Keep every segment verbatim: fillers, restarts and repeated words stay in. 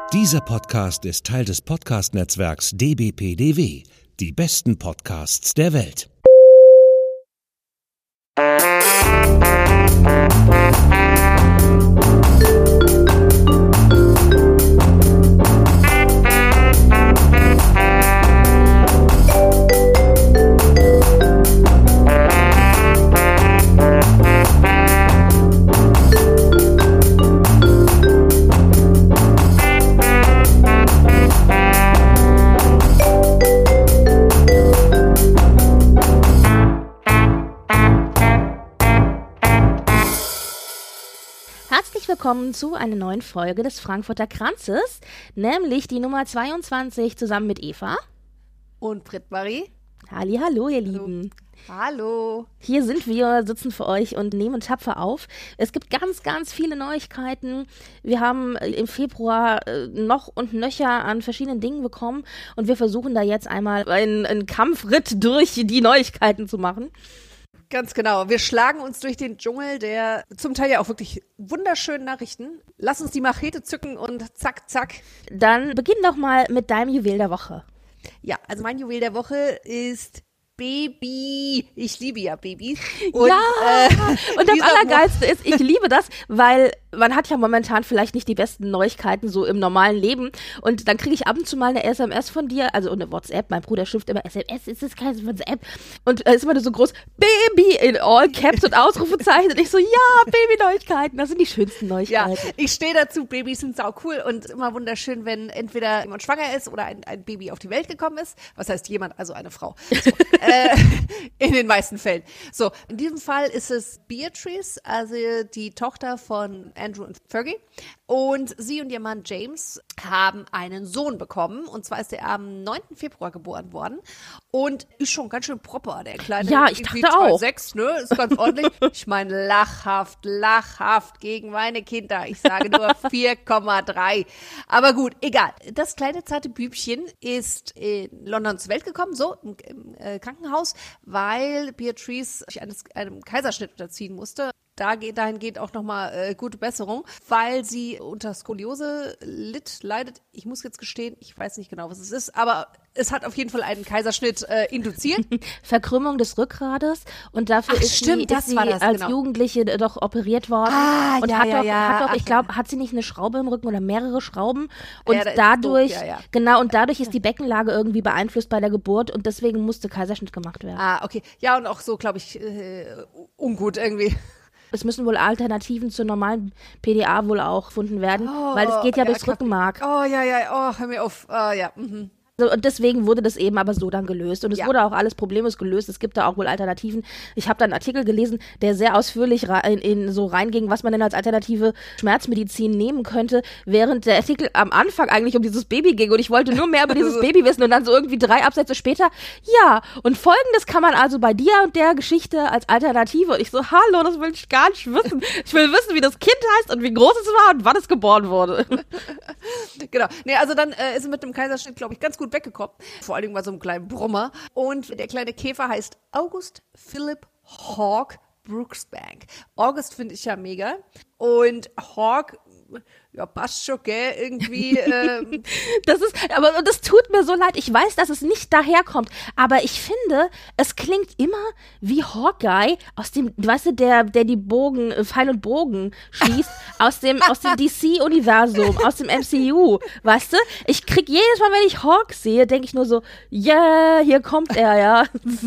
Dieser Podcast ist Teil des Podcast-Netzwerks D B P D W. Die besten Podcasts der Welt. Willkommen zu einer neuen Folge des Frankfurter Kranzes, nämlich die Nummer zweiundzwanzig zusammen mit Eva und Britt-Marie. Hallihallo, ihr Lieben. Hallo. Hier sind wir, sitzen für euch und nehmen tapfer auf. Es gibt ganz, ganz viele Neuigkeiten. Wir haben im Februar noch und nöcher an verschiedenen Dingen bekommen und wir versuchen da jetzt einmal einen, einen Kampfritt durch die Neuigkeiten zu machen. Ganz genau. Wir schlagen uns durch den Dschungel der zum Teil ja auch wirklich wunderschönen Nachrichten. Lass uns die Machete zücken und zack, zack. Dann beginn doch mal mit deinem Juwel der Woche. Ja, also mein Juwel der Woche ist Baby. Ich liebe ja Babys. Und, ja, äh, und das Allergeilste ist, ich liebe das, weil man hat ja momentan vielleicht nicht die besten Neuigkeiten so im normalen Leben und dann kriege ich ab und zu mal eine S M S von dir, also eine WhatsApp, mein Bruder schimpft immer, S M S ist das keine WhatsApp und es ist immer so groß, Baby in all caps und Ausrufezeichen und ich so, ja, Baby-Neuigkeiten, das sind die schönsten Neuigkeiten. Ja, ich stehe dazu, Babys sind sau cool und immer wunderschön, wenn entweder jemand schwanger ist oder ein, ein Baby auf die Welt gekommen ist, was heißt jemand, also eine Frau, so, äh, in den meisten Fällen. So, in diesem Fall ist es Beatrice, also die Tochter von Andrew und Fergie. Und sie und ihr Mann James haben einen Sohn bekommen. Und zwar ist er am neunten Februar geboren worden. Und ist schon ganz schön proper, der Kleine. Ja, ich dachte auch. sechs, ne? Ist ganz ordentlich. Ich meine, lachhaft, lachhaft gegen meine Kinder. Ich sage nur vier Komma drei. Aber gut, egal. Das kleine zarte Bübchen ist in London zur Welt gekommen, so im, im äh, Krankenhaus, weil Beatrice sich eines, einem Kaiserschnitt unterziehen musste. Da geht, dahingehend auch nochmal äh, gute Besserung, weil sie unter Skoliose litt, leidet. Ich muss jetzt gestehen, ich weiß nicht genau, was es ist, aber es hat auf jeden Fall einen Kaiserschnitt äh, induziert. Verkrümmung des Rückgrades und dafür Ach, ist stimmt, sie, das ist sie war das, als genau. Jugendliche doch operiert worden. Ah, und ja, hat ja, doch, ja. hat doch, Ach, ich glaube, hat sie nicht eine Schraube im Rücken oder mehrere Schrauben und ja, dadurch, doof, ja, ja. genau, und dadurch ist die Beckenlage irgendwie beeinflusst bei der Geburt und deswegen musste Kaiserschnitt gemacht werden. Ah, okay. Ja, und auch so, glaube ich, äh, ungut irgendwie. Es müssen wohl Alternativen zur normalen P D A wohl auch gefunden werden, Oh, weil es geht ja, ja durchs klar. Rückenmark. Oh, ja, ja, oh, hör mir auf. Oh, ja, mhm. So, und deswegen wurde das eben aber so dann gelöst. Und es Ja. wurde auch alles problemlos gelöst. Es gibt da auch wohl Alternativen. Ich habe da einen Artikel gelesen, der sehr ausführlich in, in so reinging, was man denn als alternative Schmerzmedizin nehmen könnte, während der Artikel am Anfang eigentlich um dieses Baby ging. Und ich wollte nur mehr über dieses Baby wissen. Und dann so irgendwie drei Absätze später, ja, und Folgendes kann man also bei dir und der Geschichte als Alternative. Und ich so, hallo, das will ich gar nicht wissen. Ich will wissen, wie das Kind heißt und wie groß es war und wann es geboren wurde. Genau. Nee, also dann äh, ist er mit dem Kaiserschnitt, glaube ich, ganz gut weggekommen. Vor allen Dingen bei so einem kleinen Brummer. Und der kleine Käfer heißt August Philip Hawk Brooksbank. August finde ich ja mega. Und Hawk, ja, passt schon, gell, irgendwie. Ähm. Das ist, aber und das tut mir so leid. Ich weiß, dass es nicht daherkommt, aber ich finde, es klingt immer wie Hawkeye aus dem, weißt du, der, der die Bogen, äh, Pfeil und Bogen schießt, aus dem, aus dem D C-Universum, aus dem M C U, weißt du? Ich krieg jedes Mal, wenn ich Hawk sehe, denke ich nur so, yeah, hier kommt er, ja.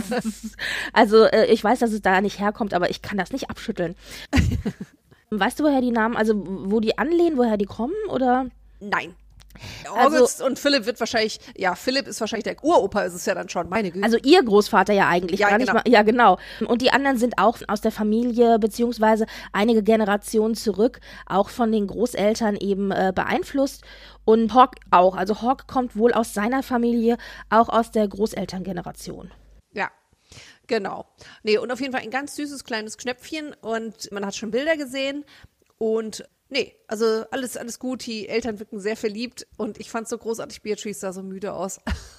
Also, äh, ich weiß, dass es da nicht herkommt, aber ich kann das nicht abschütteln. Weißt du, woher die Namen, also wo die anlehnen, woher die kommen, oder? Nein. Also- August und Philipp wird wahrscheinlich, ja, Philipp ist wahrscheinlich der Uropa, ist es ja dann schon, meine Güte. Also ihr Großvater ja eigentlich, Ja, gar genau. nicht mal, ja genau. Und die anderen sind auch aus der Familie, beziehungsweise einige Generationen zurück, auch von den Großeltern eben äh, beeinflusst. Und Hawk auch, also Hawk kommt wohl aus seiner Familie, auch aus der Großelterngeneration. Ja, genau. Nee, und auf jeden Fall ein ganz süßes kleines Knöpfchen und man hat schon Bilder gesehen und Nee, also alles, alles gut. Die Eltern wirken sehr verliebt und ich fand es so großartig, Beatrice sah so müde aus.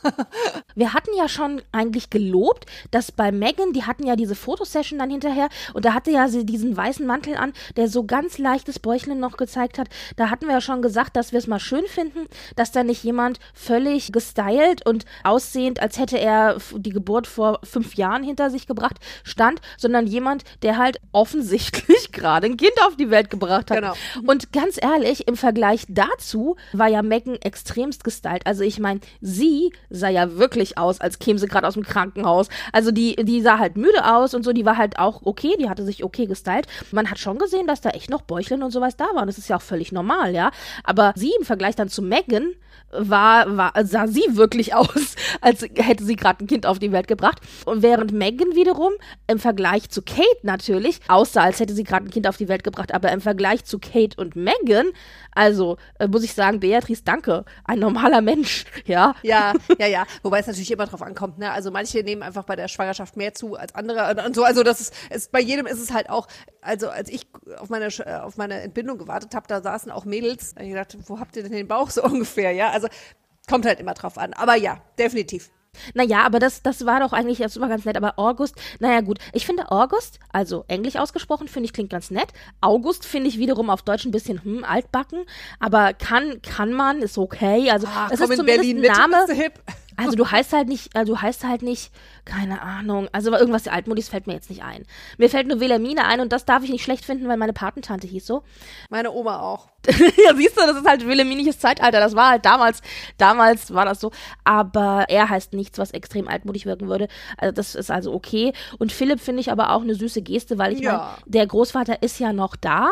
Wir hatten ja schon eigentlich gelobt, dass bei Meghan, die hatten ja diese Fotosession dann hinterher und da hatte ja sie diesen weißen Mantel an, der so ganz leichtes Bäuchlein noch gezeigt hat. Da hatten wir ja schon gesagt, dass wir es mal schön finden, dass da nicht jemand völlig gestylt und aussehend, als hätte er die Geburt vor fünf Jahren hinter sich gebracht, stand, sondern jemand, der halt offensichtlich gerade ein Kind auf die Welt gebracht hat. Genau. Und ganz ehrlich, im Vergleich dazu war ja Meghan extremst gestylt. Also ich meine, sie sah ja wirklich aus, als käme sie gerade aus dem Krankenhaus. Also die, die sah halt müde aus und so, die war halt auch okay, die hatte sich okay gestylt. Man hat schon gesehen, dass da echt noch Bäuchlein und sowas da waren. Das ist ja auch völlig normal, ja. Aber sie im Vergleich dann zu Meghan war, war, sah sie wirklich aus, als hätte sie gerade ein Kind auf die Welt gebracht. Und während Meghan wiederum im Vergleich zu Kate natürlich aussah, als hätte sie gerade ein Kind auf die Welt gebracht, aber im Vergleich zu Kate und Meghan, also äh, muss ich sagen, Beatrice, danke, ein normaler Mensch, ja. Ja, ja, ja. Wobei es natürlich immer drauf ankommt, ne? Also manche nehmen einfach bei der Schwangerschaft mehr zu als andere und so. Also das ist, ist bei jedem ist es halt auch. Also als ich auf meine auf meine Entbindung gewartet habe, da saßen auch Mädels. Da hab ich gedacht, wo habt ihr denn den Bauch so ungefähr? Ja, also kommt halt immer drauf an. Aber ja, definitiv. Naja, aber das, das war doch eigentlich, das war ganz nett, aber August, naja gut, ich finde August, also englisch ausgesprochen, finde ich, klingt ganz nett. August finde ich wiederum auf Deutsch ein bisschen, hm, altbacken, aber kann, kann man, ist okay, also Ach, es komm, ist in zumindest Berlin ein mit, Name. bist du hip? Also du heißt halt nicht, also du heißt halt nicht, keine Ahnung, also irgendwas altmodiges fällt mir jetzt nicht ein. Mir fällt nur Wilhelmine ein und das darf ich nicht schlecht finden, weil meine Patentante hieß so. Meine Oma auch. Ja, siehst du, das ist halt wilhelminisches Zeitalter, das war halt damals, damals war das so, aber er heißt nichts, was extrem altmodisch wirken würde, also das ist also okay und Philipp finde ich aber auch eine süße Geste, weil ich Ja. meine, der Großvater ist ja noch da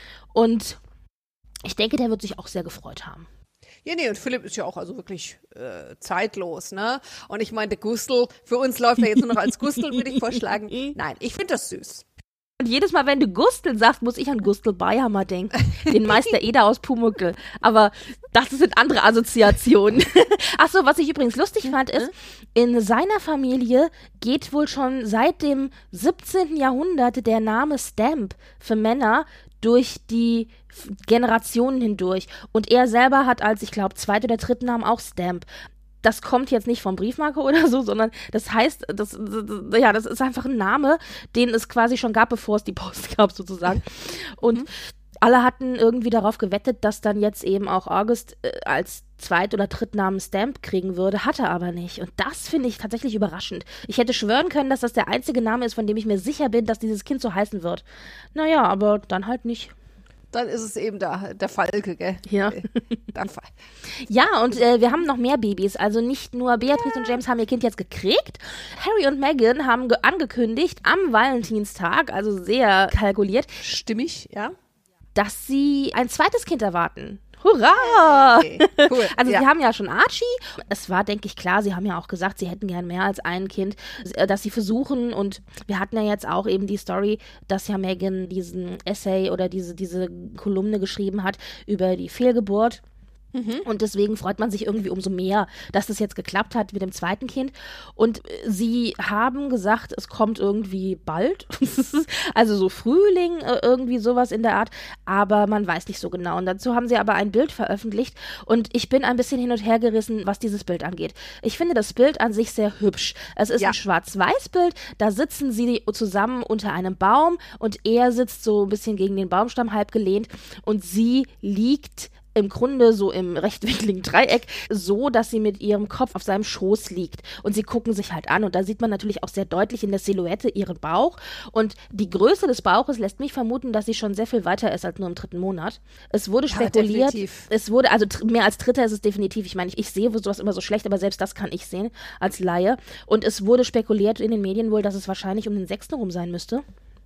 und ich denke, der wird sich auch sehr gefreut haben. Ja, nee, und Philipp ist ja auch also wirklich äh, zeitlos, ne? Und ich meine, der Gustl, für uns läuft er jetzt nur noch als Gustl, würde ich vorschlagen. Nein, ich finde das süß. Und jedes Mal, wenn du Gustl sagst, muss ich an Gustl Bayhammer denken. Den Meister Eder aus Pumuckl. Aber das sind andere Assoziationen. Ach so, was ich übrigens lustig fand, ist, in seiner Familie geht wohl schon seit dem siebzehnten Jahrhundert der Name Stamp für Männer durch die Generationen hindurch. Und er selber hat als, ich glaube, zweiten oder dritten Namen auch Stamp. Das kommt jetzt nicht vom Briefmarke oder so, sondern das heißt, das, das, ja, das ist einfach ein Name, den es quasi schon gab, bevor es die Post gab, sozusagen. Und mhm. alle hatten irgendwie darauf gewettet, dass dann jetzt eben auch August äh, als Zweit- oder Drittnamen Stamp kriegen würde, hat er aber nicht. Und das finde ich tatsächlich überraschend. Ich hätte schwören können, dass das der einzige Name ist, von dem ich mir sicher bin, dass dieses Kind so heißen wird. Naja, aber dann halt nicht. Dann ist es eben da, der Falke, gell? Ja. Dann Fall. Ja, und äh, wir haben noch mehr Babys. Also nicht nur Beatrice und James haben ihr Kind jetzt gekriegt. Harry und Meghan haben ge- angekündigt am Valentinstag, also sehr kalkuliert, Stimmig, ja? dass sie ein zweites Kind erwarten. Hurra! Hey, cool. Also ja. sie haben ja schon Archie. Es war, denke ich, klar, sie haben ja auch gesagt, sie hätten gern mehr als ein Kind, dass sie versuchen. Und wir hatten ja jetzt auch eben die Story, dass ja Meghan diesen Essay oder diese, diese Kolumne geschrieben hat über die Fehlgeburt. Mhm. Und deswegen freut man sich irgendwie umso mehr, dass das jetzt geklappt hat mit dem zweiten Kind. Und sie haben gesagt, es kommt irgendwie bald. Also so Frühling, irgendwie sowas in der Art. Aber man weiß nicht so genau. Und dazu haben sie aber ein Bild veröffentlicht. Und ich bin ein bisschen hin und her gerissen, was dieses Bild angeht. Ich finde das Bild an sich sehr hübsch. Es ist Ja. ein Schwarz-Weiß-Bild. Da sitzen sie zusammen unter einem Baum. Und er sitzt so ein bisschen gegen den Baumstamm halb gelehnt. Und sie liegt im Grunde so im rechtwinkligen Dreieck, so, dass sie mit ihrem Kopf auf seinem Schoß liegt. Und sie gucken sich halt an. Und da sieht man natürlich auch sehr deutlich in der Silhouette ihren Bauch. Und die Größe des Bauches lässt mich vermuten, dass sie schon sehr viel weiter ist als nur im dritten Monat. Es wurde Ja, spekuliert, definitiv. es wurde, also tr- mehr als Dritter ist es definitiv. Ich meine, ich, ich sehe sowas immer so schlecht, aber selbst das kann ich sehen als Laie. Und es wurde spekuliert in den Medien wohl, dass es wahrscheinlich um den sechsten rum sein müsste.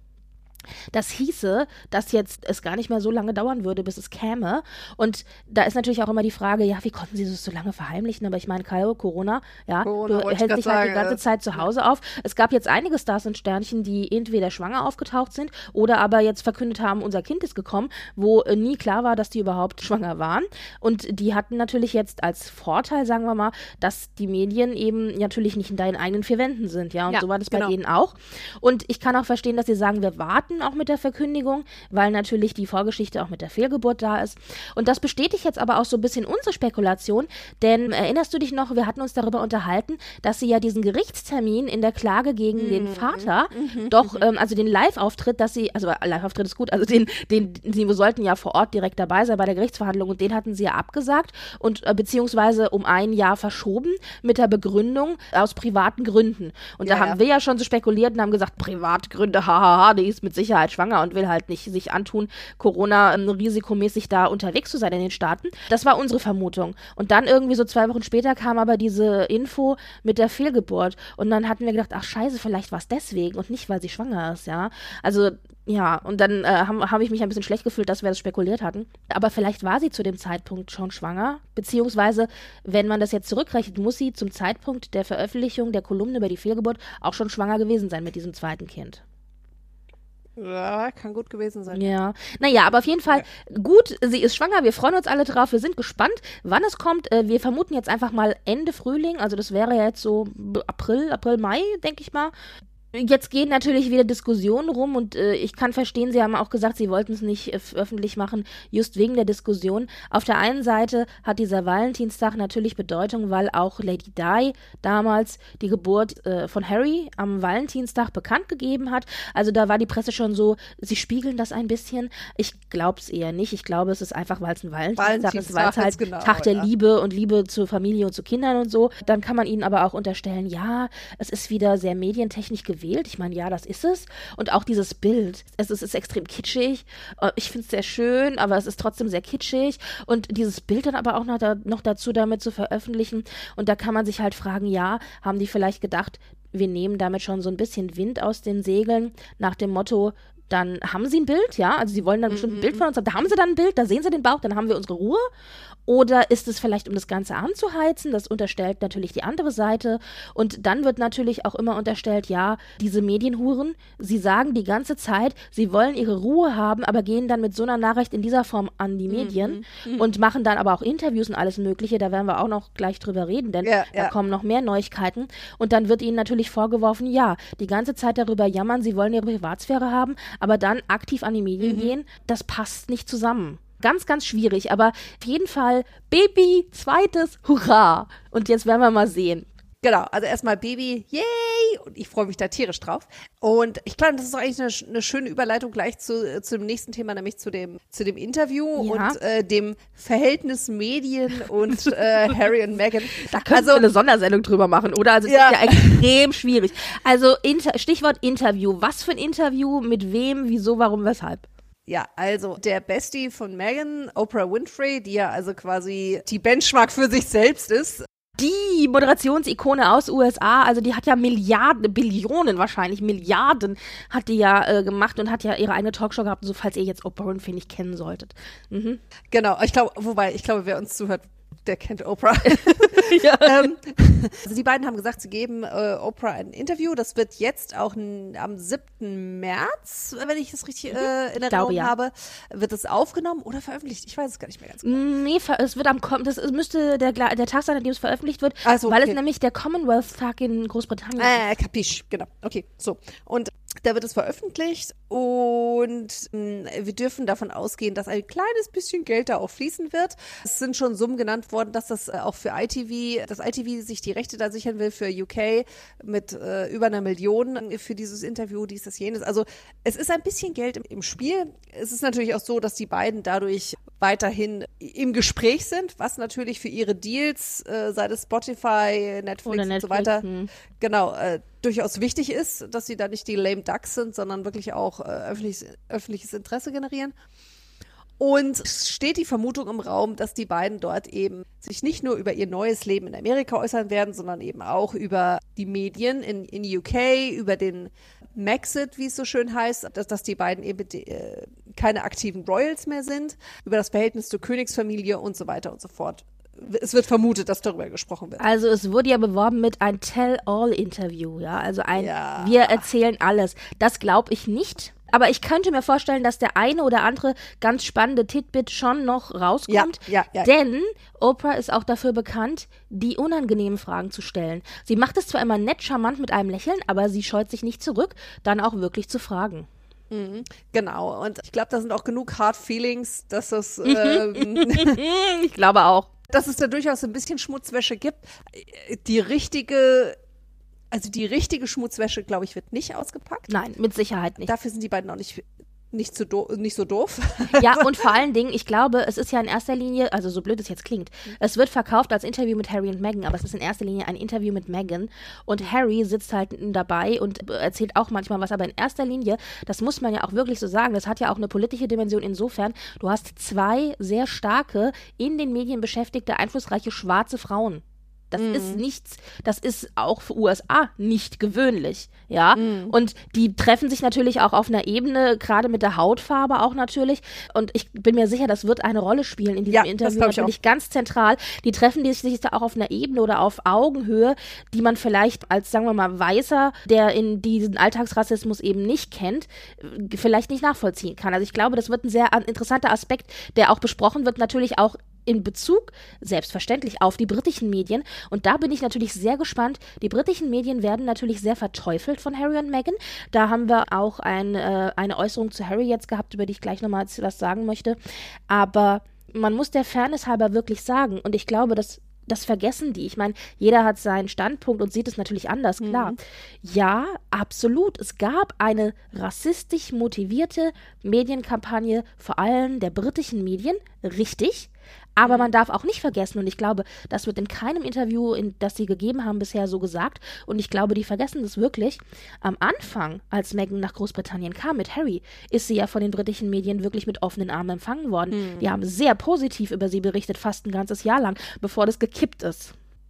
Das hieße, dass jetzt es gar nicht mehr so lange dauern würde, bis es käme. Und da ist natürlich auch immer die Frage, ja, wie konnten sie das so lange verheimlichen? Aber ich meine, Kyle, Corona, ja, Corona, du wollte ich hältst grad dich halt die sagen, ganze äh, Zeit zu Hause auf. Es gab jetzt einige Stars und Sternchen, die entweder schwanger aufgetaucht sind oder aber jetzt verkündet haben, unser Kind ist gekommen, wo äh, nie klar war, dass die überhaupt schwanger waren. Und die hatten natürlich jetzt als Vorteil, sagen wir mal, dass die Medien eben natürlich nicht in deinen eigenen vier Wänden sind, ja. Und Ja, so war das genau. bei denen auch. Und ich kann auch verstehen, dass sie sagen, wir warten verschoben, auch mit der Verkündigung, weil natürlich die Vorgeschichte auch mit der Fehlgeburt da ist. Und das bestätigt jetzt aber auch so ein bisschen unsere Spekulation, denn erinnerst du dich noch, wir hatten uns darüber unterhalten, dass sie ja diesen Gerichtstermin in der Klage gegen mhm. den Vater mhm. doch, ähm, also den Live-Auftritt, dass sie, also Live-Auftritt ist gut, also den, den, sie sollten ja vor Ort direkt dabei sein bei der Gerichtsverhandlung und den hatten sie ja abgesagt und äh, beziehungsweise um ein Jahr verschoben mit der Begründung aus privaten Gründen. Und ja, da haben ja. wir ja schon so spekuliert und haben gesagt, Privatgründe, hahaha, die ist mit Sicherheit schwanger und will halt nicht sich antun, Corona ähm, risikomäßig da unterwegs zu sein in den Staaten. Das war unsere Vermutung. Und dann irgendwie so zwei Wochen später kam aber diese Info mit der Fehlgeburt. Und dann hatten wir gedacht, ach scheiße, vielleicht war es deswegen und nicht, weil sie schwanger ist, ja. Also ja, und dann äh, habe hab ich mich ein bisschen schlecht gefühlt, dass wir das spekuliert hatten. Aber vielleicht war sie zu dem Zeitpunkt schon schwanger, beziehungsweise, wenn man das jetzt zurückrechnet, muss sie zum Zeitpunkt der Veröffentlichung der Kolumne über die Fehlgeburt auch schon schwanger gewesen sein mit diesem zweiten Kind. Ja, kann gut gewesen sein. Ja, naja, aber auf jeden Fall gut, sie ist schwanger, wir freuen uns alle drauf, wir sind gespannt, wann es kommt. Äh, wir vermuten jetzt einfach mal Ende Frühling, also das wäre jetzt so April, April, Mai, denke ich mal. Jetzt gehen natürlich wieder Diskussionen rum und äh, ich kann verstehen, Sie haben auch gesagt, Sie wollten es nicht äh, öffentlich machen, just wegen der Diskussion. Auf der einen Seite hat dieser Valentinstag natürlich Bedeutung, weil auch Lady Di damals die Geburt äh, von Harry am Valentinstag bekannt gegeben hat. Also da war die Presse schon so, sie spiegeln das ein bisschen. Ich glaube es eher nicht. Ich glaube, es ist einfach, weil es ein Valentinstag ist, weil es halt genau, Tag der ja. Liebe und Liebe zur Familie und zu Kindern und so. Dann kann man ihnen aber auch unterstellen, ja, es ist wieder sehr medientechnisch gewählt. Ich meine, ja, das ist es. Und auch dieses Bild. Es ist, es ist extrem kitschig. Ich finde es sehr schön, aber es ist trotzdem sehr kitschig. Und dieses Bild dann aber auch noch, da, noch dazu damit zu veröffentlichen. Und da kann man sich halt fragen, ja, haben die vielleicht gedacht, wir nehmen damit schon so ein bisschen Wind aus den Segeln nach dem Motto, dann haben sie ein Bild, ja, also sie wollen dann bestimmt ein Bild von uns haben, da haben sie dann ein Bild, da sehen sie den Bauch, dann haben wir unsere Ruhe. Oder ist es vielleicht, um das Ganze anzuheizen? Das unterstellt natürlich die andere Seite. Und dann wird natürlich auch immer unterstellt, ja, diese Medienhuren, sie sagen die ganze Zeit, sie wollen ihre Ruhe haben, aber gehen dann mit so einer Nachricht in dieser Form an die Medien mhm. Mhm. und machen dann aber auch Interviews und alles Mögliche. Da werden wir auch noch gleich drüber reden, denn ja, da ja. kommen noch mehr Neuigkeiten. Und dann wird ihnen natürlich vorgeworfen, ja, die ganze Zeit darüber jammern, sie wollen ihre Privatsphäre haben, aber dann aktiv an die Medien mhm. gehen, das passt nicht zusammen. Ganz, ganz schwierig, aber auf jeden Fall Baby, zweites, hurra. Und jetzt werden wir mal sehen. Genau, also erstmal Baby, yay! Und ich freue mich da tierisch drauf. Und ich glaube, das ist auch eigentlich eine, eine schöne Überleitung gleich zu, zu dem nächsten Thema, nämlich zu dem, zu dem Interview ja. und äh, dem Verhältnis Medien und äh, Harry und Meghan. Da können also, wir eine Sondersendung drüber machen, oder? Also es ja. ist ja extrem schwierig. Also Inter- Stichwort Interview. Was für ein Interview, mit wem, wieso, warum, weshalb? Ja, also der Bestie von Meghan, Oprah Winfrey, die ja also quasi die Benchmark für sich selbst ist. Die Moderationsikone aus U S A, also die hat ja Milliarden, Billionen wahrscheinlich, Milliarden hat die ja äh, gemacht und hat ja ihre eigene Talkshow gehabt, so falls ihr jetzt Oprah Winfrey nicht kennen solltet. Mhm. Genau, ich glaube, wobei, ich glaube, wer uns zuhört, der kennt Oprah. ja. ähm, also die beiden haben gesagt, sie geben äh, Oprah ein Interview. Das wird jetzt auch n- am siebten März, wenn ich das richtig äh, in Erinnerung ja. habe, wird es aufgenommen oder veröffentlicht. Ich weiß es gar nicht mehr ganz genau. Nee, es wird am das es müsste der, der Tag sein, an dem es veröffentlicht wird, also, weil okay. es nämlich der Commonwealth-Tag in Großbritannien äh, ist. Kapisch, genau. Okay, so. Und da wird es veröffentlicht und mh, wir dürfen davon ausgehen, dass ein kleines bisschen Geld da auch fließen wird. Es sind schon Summen genannt worden, dass das äh, auch für I T V, dass I T V sich die Rechte da sichern will für U K mit äh, über einer Million für dieses Interview, dies, das, jenes. Also es ist ein bisschen Geld im, im Spiel. Es ist natürlich auch so, dass die beiden dadurch weiterhin im Gespräch sind, was natürlich für ihre Deals, äh, sei es Spotify, Netflix, Netflix und so weiter, hm. genau, äh, durchaus wichtig ist, dass sie da nicht die lame ducks sind, sondern wirklich auch äh, öffentliches, öffentliches Interesse generieren. Und es steht die Vermutung im Raum, dass die beiden dort eben sich nicht nur über ihr neues Leben in Amerika äußern werden, sondern eben auch über die Medien in, in U K, über den Maxit, wie es so schön heißt, dass, dass die beiden eben die, äh, keine aktiven Royals mehr sind, über das Verhältnis zur Königsfamilie und so weiter und so fort. Es wird vermutet, dass darüber gesprochen wird. Also es wurde ja beworben mit ein Tell-All-Interview, ja, also ein ja. Wir erzählen alles. Das glaube ich nicht. Aber ich könnte mir vorstellen, dass der eine oder andere ganz spannende Titbit schon noch rauskommt. Ja, ja, ja. Denn Oprah ist auch dafür bekannt, die unangenehmen Fragen zu stellen. Sie macht es zwar immer nett charmant mit einem Lächeln, aber sie scheut sich nicht zurück, dann auch wirklich zu fragen. Mhm, genau, und ich glaube, da sind auch genug Hard Feelings, dass es ähm, ich glaube auch. Dass es da durchaus ein bisschen Schmutzwäsche gibt. Die richtige, also die richtige Schmutzwäsche, glaube ich, wird nicht ausgepackt. Nein, mit Sicherheit nicht. Dafür sind die beiden auch nicht Nicht so, do- nicht so doof. Ja, und vor allen Dingen, ich glaube, es ist ja in erster Linie, also so blöd es jetzt klingt, es wird verkauft als Interview mit Harry und Meghan, aber es ist in erster Linie ein Interview mit Meghan und Harry sitzt halt dabei und erzählt auch manchmal was, aber in erster Linie, das muss man ja auch wirklich so sagen, das hat ja auch eine politische Dimension insofern, du hast zwei sehr starke, in den Medien beschäftigte, einflussreiche schwarze Frauen. Das mm. ist nichts, das ist auch für U S A nicht gewöhnlich, ja. Mm. Und die treffen sich natürlich auch auf einer Ebene, gerade mit der Hautfarbe auch natürlich. Und ich bin mir sicher, das wird eine Rolle spielen in diesem ja, Interview, natürlich ganz zentral. Die treffen die sich da auch auf einer Ebene oder auf Augenhöhe, die man vielleicht als, sagen wir mal, Weißer, der in diesen Alltagsrassismus eben nicht kennt, vielleicht nicht nachvollziehen kann. Also ich glaube, das wird ein sehr interessanter Aspekt, der auch besprochen wird, natürlich auch in Bezug, selbstverständlich, auf die britischen Medien. Und da bin ich natürlich sehr gespannt. Die britischen Medien werden natürlich sehr verteufelt von Harry und Meghan. Da haben wir auch ein, äh, eine Äußerung zu Harry jetzt gehabt, über die ich gleich nochmal was sagen möchte. Aber man muss der Fairness halber wirklich sagen, und ich glaube, dass das vergessen die. Ich meine, jeder hat seinen Standpunkt und sieht es natürlich anders, klar. Mhm. Ja, absolut. Es gab eine rassistisch motivierte Medienkampagne, vor allem der britischen Medien, richtig. Aber mhm. man darf auch nicht vergessen, und ich glaube, das wird in keinem Interview, in, das sie gegeben haben, bisher so gesagt, und ich glaube, die vergessen das wirklich. Am Anfang, als Meghan nach Großbritannien kam mit Harry, ist sie ja von den britischen Medien wirklich mit offenen Armen empfangen worden. Mhm. Die haben sehr positiv über sie berichtet, fast ein ganzes Jahr lang, bevor das gekippt ist.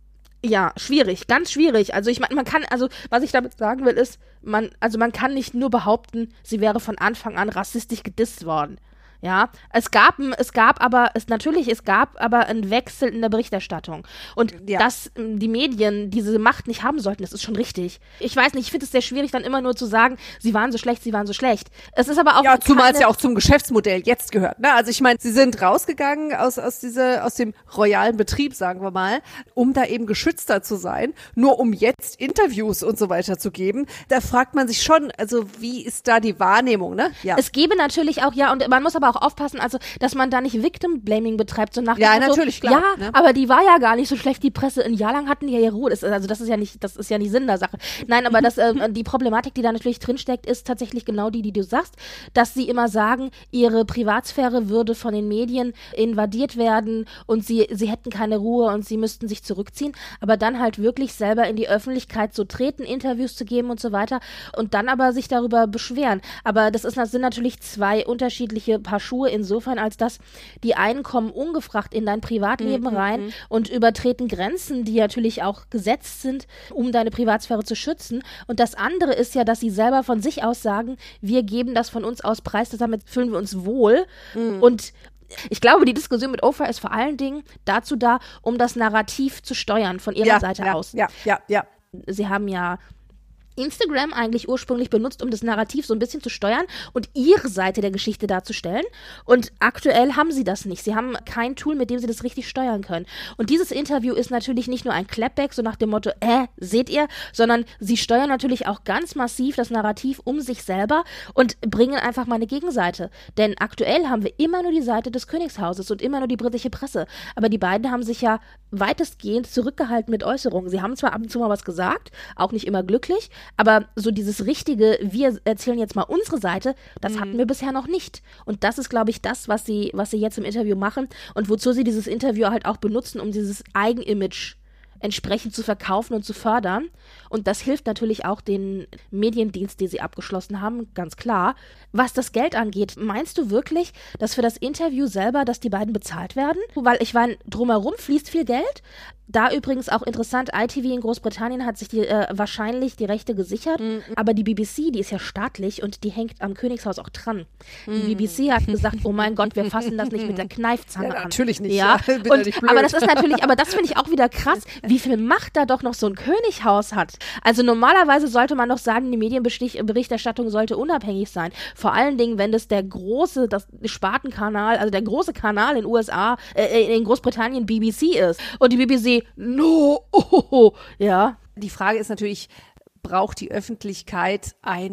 Ja, schwierig, ganz schwierig. Also ich meine, man kann, also was ich damit sagen will, ist, man, also man kann nicht nur behaupten, sie wäre von Anfang an rassistisch gedisst worden. Ja, es gab, es gab aber, es natürlich, es gab aber einen Wechsel in der Berichterstattung. Und ja. dass die Medien diese Macht nicht haben sollten, das ist schon richtig. Ich weiß nicht, ich finde es sehr schwierig, dann immer nur zu sagen, sie waren so schlecht, sie waren so schlecht. Es ist aber auch ja, zumal es ja auch zum Geschäftsmodell jetzt gehört. Ne? Also ich meine, sie sind rausgegangen aus, aus, diese, aus dem royalen Betrieb, sagen wir mal, um da eben geschützter zu sein, nur um jetzt Interviews und so weiter zu geben. Da fragt man sich schon, also wie ist da die Wahrnehmung? Ne? Ja. Es gäbe natürlich auch, ja, und man muss aber auch aufpassen, also, dass man da nicht Victim-Blaming betreibt, so nach ja, dem Motto, natürlich, klar. Ja, ne? Aber die war ja gar nicht so schlecht, die Presse, ein Jahr lang hatten die ja ihre Ruhe, das, also das ist ja nicht, das ist ja nicht Sinn der Sache. Nein, aber das, äh, die Problematik, die da natürlich drinsteckt, ist tatsächlich genau die, die du sagst, dass sie immer sagen, ihre Privatsphäre würde von den Medien invadiert werden und sie, sie hätten keine Ruhe und sie müssten sich zurückziehen, aber dann halt wirklich selber in die Öffentlichkeit so treten, Interviews zu geben und so weiter und dann aber sich darüber beschweren. Aber das, ist, das sind natürlich zwei unterschiedliche Paar Schuhe insofern, als dass die einen kommen ungefragt in dein Privatleben mhm, rein und übertreten Grenzen, die natürlich auch gesetzt sind, um deine Privatsphäre zu schützen. Und das andere ist ja, dass sie selber von sich aus sagen, wir geben das von uns aus preis, damit fühlen wir uns wohl. Mhm. Und ich glaube, die Diskussion mit Oprah ist vor allen Dingen dazu da, um das Narrativ zu steuern von ihrer ja, Seite ja, aus. Ja, ja, ja. Sie haben ja Instagram eigentlich ursprünglich benutzt, um das Narrativ so ein bisschen zu steuern und ihre Seite der Geschichte darzustellen. Und aktuell haben sie das nicht. Sie haben kein Tool, mit dem sie das richtig steuern können. Und dieses Interview ist natürlich nicht nur ein Clapback, so nach dem Motto, äh, seht ihr, sondern sie steuern natürlich auch ganz massiv das Narrativ um sich selber und bringen einfach mal eine Gegenseite. Denn aktuell haben wir immer nur die Seite des Königshauses und immer nur die britische Presse. Aber die beiden haben sich ja weitestgehend zurückgehalten mit Äußerungen. Sie haben zwar ab und zu mal was gesagt, auch nicht immer glücklich, aber so dieses richtige, wir erzählen jetzt mal unsere Seite, das mhm. hatten wir bisher noch nicht. Und das ist, glaube ich, das, was sie, was sie jetzt im Interview machen und wozu sie dieses Interview halt auch benutzen, um dieses Eigenimage entsprechend zu verkaufen und zu fördern. Und das hilft natürlich auch den Mediendienst, die sie abgeschlossen haben, ganz klar. Was das Geld angeht, meinst du wirklich, dass für das Interview selber, dass die beiden bezahlt werden? Weil ich meine, drumherum fließt viel Geld. Da übrigens auch interessant, I T V in Großbritannien hat sich die, äh, wahrscheinlich die Rechte gesichert, mm. aber die B B C, die ist ja staatlich und die hängt am Königshaus auch dran. Mm. Die B B C hat gesagt, oh mein Gott, wir fassen das nicht mit der Kneifzange ja, an. Natürlich nicht. Ja, ja und, nicht aber das ist natürlich, aber das finde ich auch wieder krass, wie viel Macht da doch noch so ein Könighaus hat. Also normalerweise sollte man doch sagen, die Medienberichterstattung sollte unabhängig sein. Vor allen Dingen, wenn das der große, das Spartenkanal, also der große Kanal in den U S A, äh, in Großbritannien B B C ist. Und die B B C no, oh, oh, ja. Die Frage ist natürlich, braucht die Öffentlichkeit ein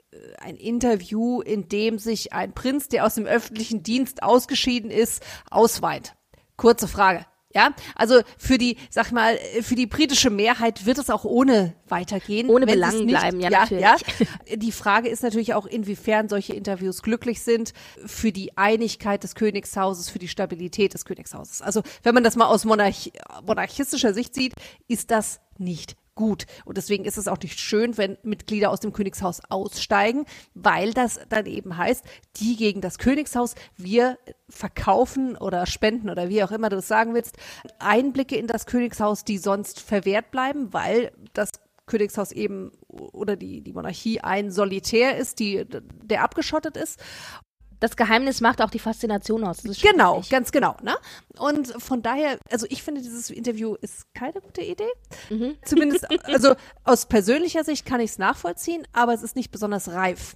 ein Interview, in dem sich ein Prinz, der aus dem öffentlichen Dienst ausgeschieden ist, ausweint. Kurze Frage. Ja, also für die, sag mal, für die britische Mehrheit wird es auch ohne weitergehen. Ohne Belang bleiben, ja, ja natürlich. Ja. Die Frage ist natürlich auch, inwiefern solche Interviews glücklich sind für die Einigkeit des Königshauses, für die Stabilität des Königshauses. Also wenn man das mal aus monarch- monarchistischer Sicht sieht, ist das nicht gut. Und deswegen ist es auch nicht schön, wenn Mitglieder aus dem Königshaus aussteigen, weil das dann eben heißt, die gegen das Königshaus, wir verkaufen oder spenden oder wie auch immer du das sagen willst, Einblicke in das Königshaus, die sonst verwehrt bleiben, weil das Königshaus eben oder die, die Monarchie ein Solitär ist, die, der abgeschottet ist. Das Geheimnis macht auch die Faszination aus. Das ist genau, schwierig. ganz genau. Ne? Und von daher, also ich finde, dieses Interview ist keine gute Idee. Mhm. Zumindest, also aus persönlicher Sicht kann ich es nachvollziehen, aber es ist nicht besonders reif.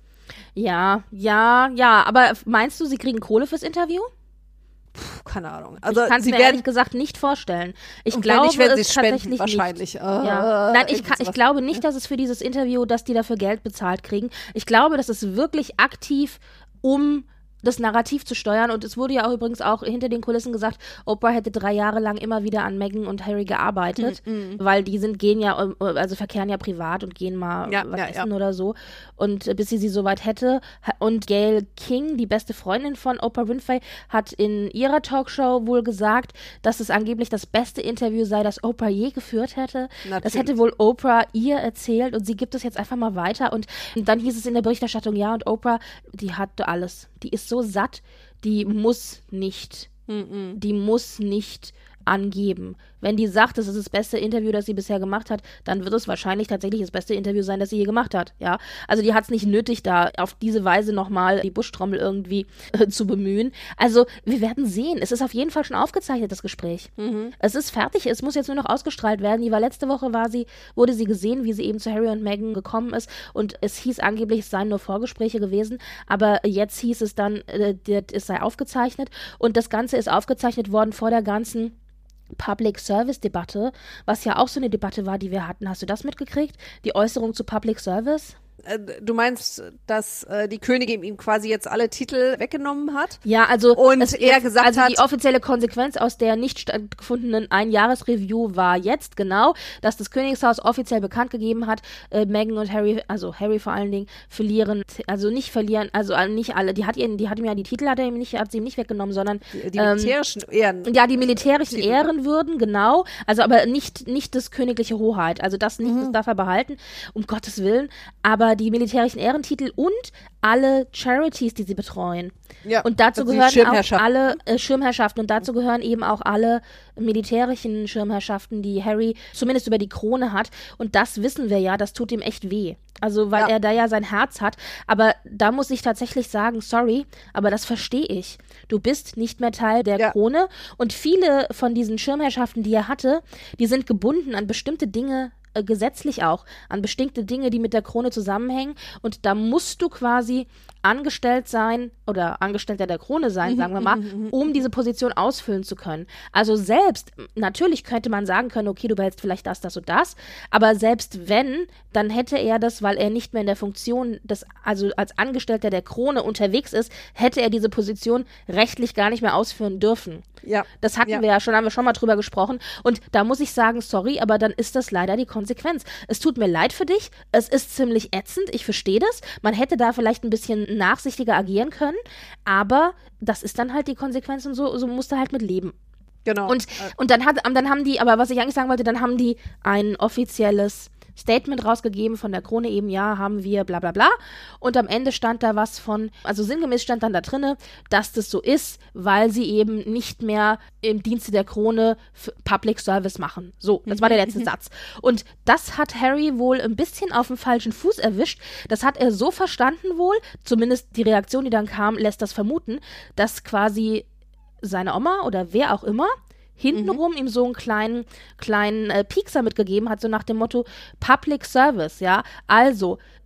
Ja, ja, ja. Aber meinst du, sie kriegen Kohle fürs Interview? Puh, keine Ahnung. Also ich kann es mir werden, ehrlich gesagt nicht vorstellen. Ich und glaube, nicht, wenn sie es spenden, tatsächlich wahrscheinlich. nicht. Uh, ja. Nein, ich, kann, ich glaube nicht, dass es für dieses Interview, dass die dafür Geld bezahlt kriegen. Ich glaube, das ist wirklich aktiv, um das Narrativ zu steuern. Und es wurde ja auch übrigens auch hinter den Kulissen gesagt, Oprah hätte drei Jahre lang immer wieder an Meghan und Harry gearbeitet, mm, mm. weil die sind, gehen ja, also verkehren ja privat und gehen mal ja, was ja, essen ja. oder so. Und äh, bis sie sie soweit hätte. Und Gayle King, die beste Freundin von Oprah Winfrey, hat in ihrer Talkshow wohl gesagt, dass es angeblich das beste Interview sei, das Oprah je geführt hätte. Natürlich. Das hätte wohl Oprah ihr erzählt und sie gibt es jetzt einfach mal weiter. Und dann hieß es in der Berichterstattung, ja, und Oprah, die hat alles. Die ist so satt, die muss nicht, Mm-mm. die muss nicht angeben. Wenn die sagt, das ist das beste Interview, das sie bisher gemacht hat, dann wird es wahrscheinlich tatsächlich das beste Interview sein, das sie je gemacht hat. Ja, also die hat es nicht nötig, da auf diese Weise nochmal die Buschtrommel irgendwie äh, zu bemühen. Also wir werden sehen. Es ist auf jeden Fall schon aufgezeichnet, das Gespräch. Mhm. Es ist fertig. Es muss jetzt nur noch ausgestrahlt werden. Die war letzte Woche war sie, wurde sie gesehen, wie sie eben zu Harry und Meghan gekommen ist. Und es hieß angeblich, es seien nur Vorgespräche gewesen. Aber jetzt hieß es dann, äh, es sei aufgezeichnet. Und das Ganze ist aufgezeichnet worden vor der ganzen Public-Service-Debatte, was ja auch so eine Debatte war, die wir hatten. Hast du das mitgekriegt? Die Äußerung zu Public Service? Du meinst, dass äh, die Königin ihm quasi jetzt alle Titel weggenommen hat? Ja, also und es, er jetzt, gesagt also hat, die offizielle Konsequenz aus der nicht stattgefundenen Einjahresreview war jetzt genau, dass das Königshaus offiziell bekannt gegeben hat, äh, Meghan und Harry, also Harry vor allen Dingen, verlieren, also nicht verlieren, also nicht alle, die hat ihn, die hat ihm ja die Titel, hat er ihm nicht, hat sie ihm nicht weggenommen, sondern die, die militärischen ähm, Ehren. Ja, die militärischen Titel. Ehrenwürden, genau, also aber nicht, nicht das königliche Hoheit, also das nicht, mhm. das darf er behalten, um Gottes Willen, aber die militärischen Ehrentitel und alle Charities, die sie betreuen. Ja, und dazu gehören auch alle äh, Schirmherrschaften und dazu gehören eben auch alle militärischen Schirmherrschaften, die Harry zumindest über die Krone hat. Und das wissen wir ja, das tut ihm echt weh. Also weil ja. er da ja sein Herz hat. Aber da muss ich tatsächlich sagen, sorry, aber das verstehe ich. Du bist nicht mehr Teil der ja. Krone und viele von diesen Schirmherrschaften, die er hatte, die sind gebunden an bestimmte Dinge, gesetzlich auch, an bestimmte Dinge, die mit der Krone zusammenhängen und da musst du quasi angestellt sein oder Angestellter der Krone sein, sagen wir mal, um diese Position ausfüllen zu können. Also selbst, natürlich könnte man sagen können, okay, du behältst vielleicht das, das und das, aber selbst wenn, dann hätte er das, weil er nicht mehr in der Funktion des, also als Angestellter der Krone unterwegs ist, hätte er diese Position rechtlich gar nicht mehr ausführen dürfen. Ja. Das hatten ja. wir ja schon, haben wir schon mal drüber gesprochen und da muss ich sagen, sorry, aber dann ist das leider die Konsequenz. Es tut mir leid für dich, es ist ziemlich ätzend, ich verstehe das, man hätte da vielleicht ein bisschen nachsichtiger agieren können, aber das ist dann halt die Konsequenz und so, so musst du halt mit leben. Genau. Und, und dann, hat, dann haben die, aber was ich eigentlich sagen wollte, dann haben die ein offizielles Statement rausgegeben von der Krone eben, ja, haben wir bla bla bla und am Ende stand da was von, also sinngemäß stand dann da drinne, dass das so ist, weil sie eben nicht mehr im Dienste der Krone Public Service machen. So, das war der letzte Satz. Und das hat Harry wohl ein bisschen auf dem falschen Fuß erwischt. Das hat er so verstanden wohl, zumindest die Reaktion, die dann kam, lässt das vermuten, dass quasi seine Oma oder wer auch immer hintenrum mhm. ihm so einen kleinen, kleinen äh, Piekser mitgegeben hat, so nach dem Motto Public Service, ja. Also,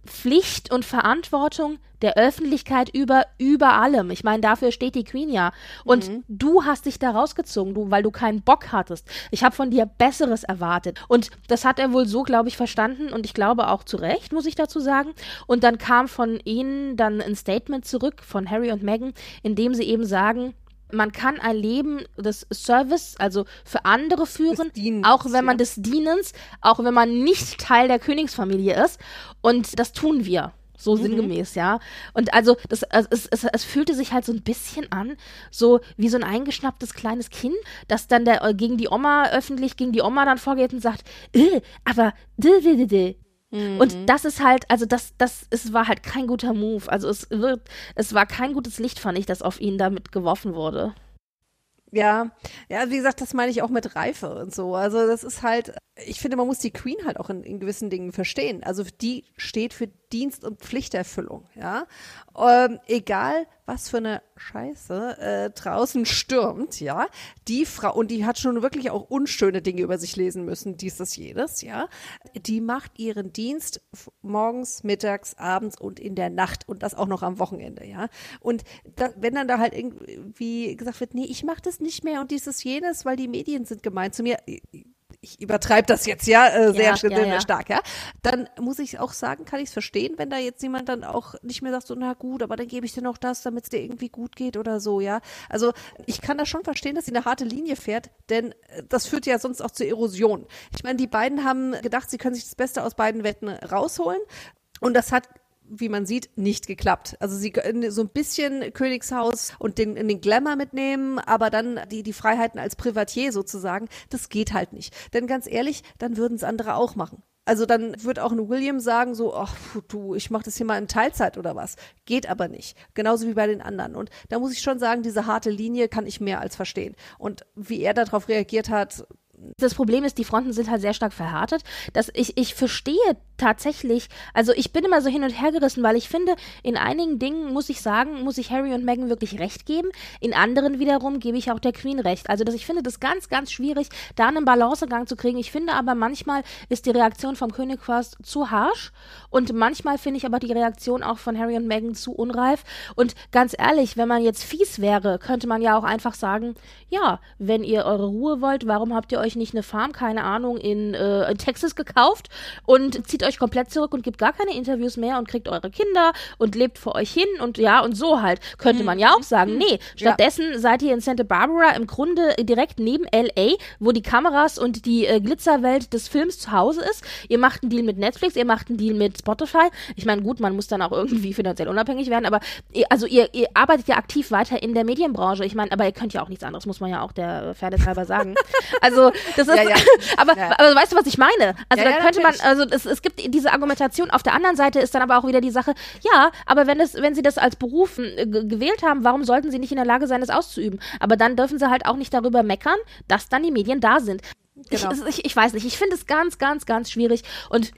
Pflicht und Verantwortung der Öffentlichkeit über, über allem. Ich meine, dafür steht die Queen ja. Und mhm. du hast dich da rausgezogen, du, weil du keinen Bock hattest. Ich habe von dir Besseres erwartet. Und das hat er wohl so, glaube ich, verstanden und ich glaube auch zu Recht, muss ich dazu sagen. Und dann kam von ihnen dann ein Statement zurück von Harry und Meghan, in dem sie eben sagen, man kann ein Leben des Service, also für andere führen, Dienst, auch wenn man ja. des Dienens, auch wenn man nicht Teil der Königsfamilie ist. Und das tun wir. So mhm. sinngemäß, ja. Und also das, es, es, es fühlte sich halt so ein bisschen an, so wie so ein eingeschnapptes kleines Kind, das dann der, gegen die Oma, öffentlich gegen die Oma dann vorgeht und sagt, äh, aber d, d, d, d. Mhm. Und das ist halt, also das, das, es war halt kein guter Move. Also es wird, es war kein gutes Licht, fand ich, das auf ihn damit geworfen wurde. Ja, ja, wie gesagt, das meine ich auch mit Reife und so. Also das ist halt, ich finde, man muss die Queen halt auch in, in gewissen Dingen verstehen. Also die steht für Dienst- und Pflichterfüllung, ja. Ähm, egal, was für eine Scheiße äh, draußen stürmt, ja. Die Frau, und die hat schon wirklich auch unschöne Dinge über sich lesen müssen, dies, das, jedes, ja. Die macht ihren Dienst morgens, mittags, abends und in der Nacht und das auch noch am Wochenende, ja. Und da, wenn dann da halt irgendwie gesagt wird, nee, ich mach das nicht mehr und dies, das, jenes, weil die Medien sind gemeint zu mir, ich übertreibe das jetzt, ja, äh, sehr, ja, sehr ja, ja. stark, ja. Dann muss ich auch sagen, kann ich es verstehen, wenn da jetzt jemand dann auch nicht mehr sagt, so, na gut, aber dann gebe ich dir noch das, damit es dir irgendwie gut geht oder so, ja. Also ich kann das schon verstehen, dass sie eine harte Linie fährt, denn das führt ja sonst auch zur Erosion. Ich meine, die beiden haben gedacht, sie können sich das Beste aus beiden Welten rausholen und das hat, wie man sieht, nicht geklappt. Also sie können so ein bisschen Königshaus und den, den Glamour mitnehmen, aber dann die, die Freiheiten als Privatier sozusagen, das geht halt nicht. Denn ganz ehrlich, dann würden es andere auch machen. Also dann wird auch ein William sagen so, ach du, ich mache das hier mal in Teilzeit oder was. Geht aber nicht. Genauso wie bei den anderen. Und da muss ich schon sagen, diese harte Linie kann ich mehr als verstehen. Und wie er darauf reagiert hat, das Problem ist, die Fronten sind halt sehr stark verhärtet. Dass ich, ich verstehe tatsächlich, also ich bin immer so hin und her gerissen, weil ich finde, in einigen Dingen muss ich sagen, muss ich Harry und Meghan wirklich recht geben. In anderen wiederum gebe ich auch der Queen recht. Also dass ich finde das ganz, ganz schwierig, da einen Balancegang zu kriegen. Ich finde aber manchmal ist die Reaktion vom König fast zu harsch und manchmal finde ich aber die Reaktion auch von Harry und Meghan zu unreif. Und ganz ehrlich, wenn man jetzt fies wäre, könnte man ja auch einfach sagen, ja, wenn ihr eure Ruhe wollt, warum habt ihr euch nicht eine Farm, keine Ahnung, in, äh, in Texas gekauft und zieht euch komplett zurück und gibt gar keine Interviews mehr und kriegt eure Kinder und lebt vor euch hin und ja, und so halt. Könnte man ja auch sagen, nee, stattdessen ja. seid ihr in Santa Barbara im Grunde direkt neben L A, wo die Kameras und die äh, Glitzerwelt des Films zu Hause ist. Ihr macht einen Deal mit Netflix, ihr macht einen Deal mit Spotify. Ich meine, gut, man muss dann auch irgendwie finanziell unabhängig werden, aber ihr, also ihr, ihr arbeitet ja aktiv weiter in der Medienbranche. Ich meine, aber ihr könnt ja auch nichts anderes, muss man ja auch der Fairness-halber sagen. Also das ist, ja, ja. aber, ja. aber weißt du, was ich meine? Also ja, da könnte ja, man, also es, es gibt diese Argumentation. Auf der anderen Seite ist dann aber auch wieder die Sache, ja, aber wenn es, wenn sie das als Beruf äh, g- gewählt haben, warum sollten sie nicht in der Lage sein, das auszuüben? Aber dann dürfen sie halt auch nicht darüber meckern, dass dann die Medien da sind. Genau. Ich, ich, ich weiß nicht, ich finde es ganz, ganz, ganz schwierig und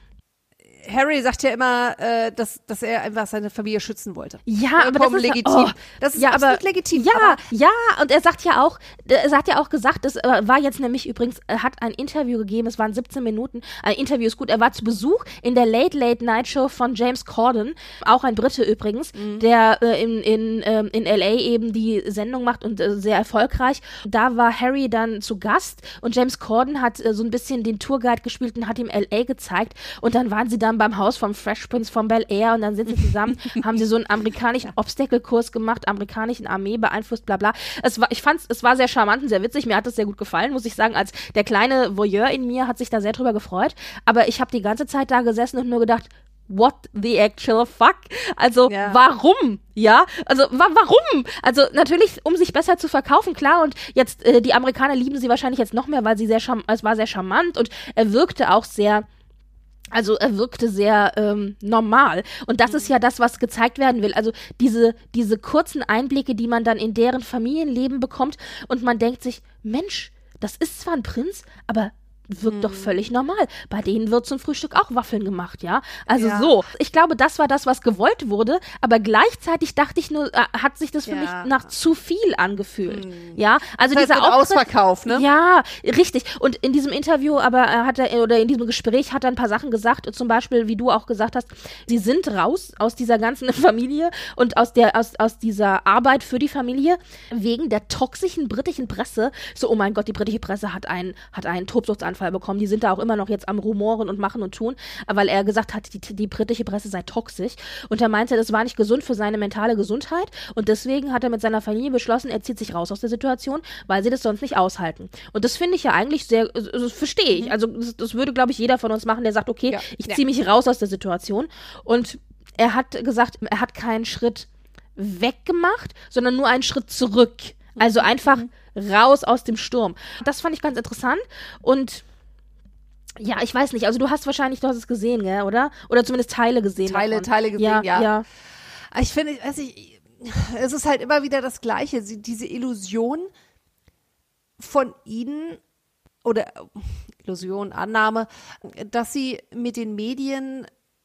Harry sagt ja immer, äh, dass, dass er einfach seine Familie schützen wollte. Ja, aber das ist legitim. Oh, das ist ja, absolut aber, legitim. Ja, aber ja, und er sagt ja auch, er hat ja auch gesagt, das war jetzt nämlich übrigens, er hat ein Interview gegeben, es waren siebzehn Minuten, ein Interview ist gut, er war zu Besuch in der Late Late Night Show von James Corden, auch ein Brite übrigens, mhm. der äh, in, in, ähm, in L A eben die Sendung macht und äh, sehr erfolgreich. Da war Harry dann zu Gast und James Corden hat äh, so ein bisschen den Tourguide gespielt und hat ihm L A gezeigt und dann waren sie dann beim Haus vom Fresh Prince von Bel-Air und dann sind sie zusammen, haben sie so einen amerikanischen Obstacle-Kurs gemacht, amerikanischen Armee beeinflusst, bla bla. Es war, ich fand's, es war sehr charmant und sehr witzig, mir hat das sehr gut gefallen, muss ich sagen, als der kleine Voyeur in mir hat sich da sehr drüber gefreut, aber ich habe die ganze Zeit da gesessen und nur gedacht, what the actual fuck? Also, ja. warum? Ja, also, wa- warum? Also, natürlich, um sich besser zu verkaufen, klar, und jetzt, äh, die Amerikaner lieben sie wahrscheinlich jetzt noch mehr, weil sie sehr, charm- es war sehr charmant und er wirkte auch sehr Also er wirkte sehr ähm, normal. Und das ist ja das, was gezeigt werden will. Also diese, diese kurzen Einblicke, die man dann in deren Familienleben bekommt und man denkt sich, Mensch, das ist zwar ein Prinz, aber wirkt hm. doch völlig normal. Bei denen wird zum Frühstück auch Waffeln gemacht, ja. Also ja. so. Ich glaube, das war das, was gewollt wurde, aber gleichzeitig dachte ich nur, äh, hat sich das für ja. mich nach zu viel angefühlt. Hm. Ja, also das heißt, dieser Auftritt, Ausverkauf, ne? Ja, richtig. Und in diesem Interview, aber er hat er, oder in diesem Gespräch hat er ein paar Sachen gesagt, zum Beispiel, wie du auch gesagt hast, sie sind raus aus dieser ganzen Familie und aus der, aus, aus dieser Arbeit für die Familie wegen der toxischen britischen Presse. So, oh mein Gott, die britische Presse hat einen, hat einen Tobsuchtsanfall bekommen. Die sind da auch immer noch jetzt am Rumoren und machen und tun, weil er gesagt hat, die, die britische Presse sei toxisch. Und er meinte, das war nicht gesund für seine mentale Gesundheit. Und deswegen hat er mit seiner Familie beschlossen, er zieht sich raus aus der Situation, weil sie das sonst nicht aushalten. Und das finde ich ja eigentlich sehr, das verstehe ich. Also das, das würde, glaube ich, jeder von uns machen, der sagt, okay, ja, ich ziehe ja. mich raus aus der Situation. Und er hat gesagt, er hat keinen Schritt weggemacht, sondern nur einen Schritt zurück. Also einfach mhm. raus aus dem Sturm. Das fand ich ganz interessant und ja, ich weiß nicht, also du hast wahrscheinlich, du hast es gesehen, gell, oder? Oder zumindest Teile gesehen. Teile, davon. Teile gesehen, ja. ja. ja. Ich finde, weiß ich, es ist halt immer wieder das Gleiche, sie, diese Illusion von ihnen oder Illusion, Annahme, dass sie mit den Medien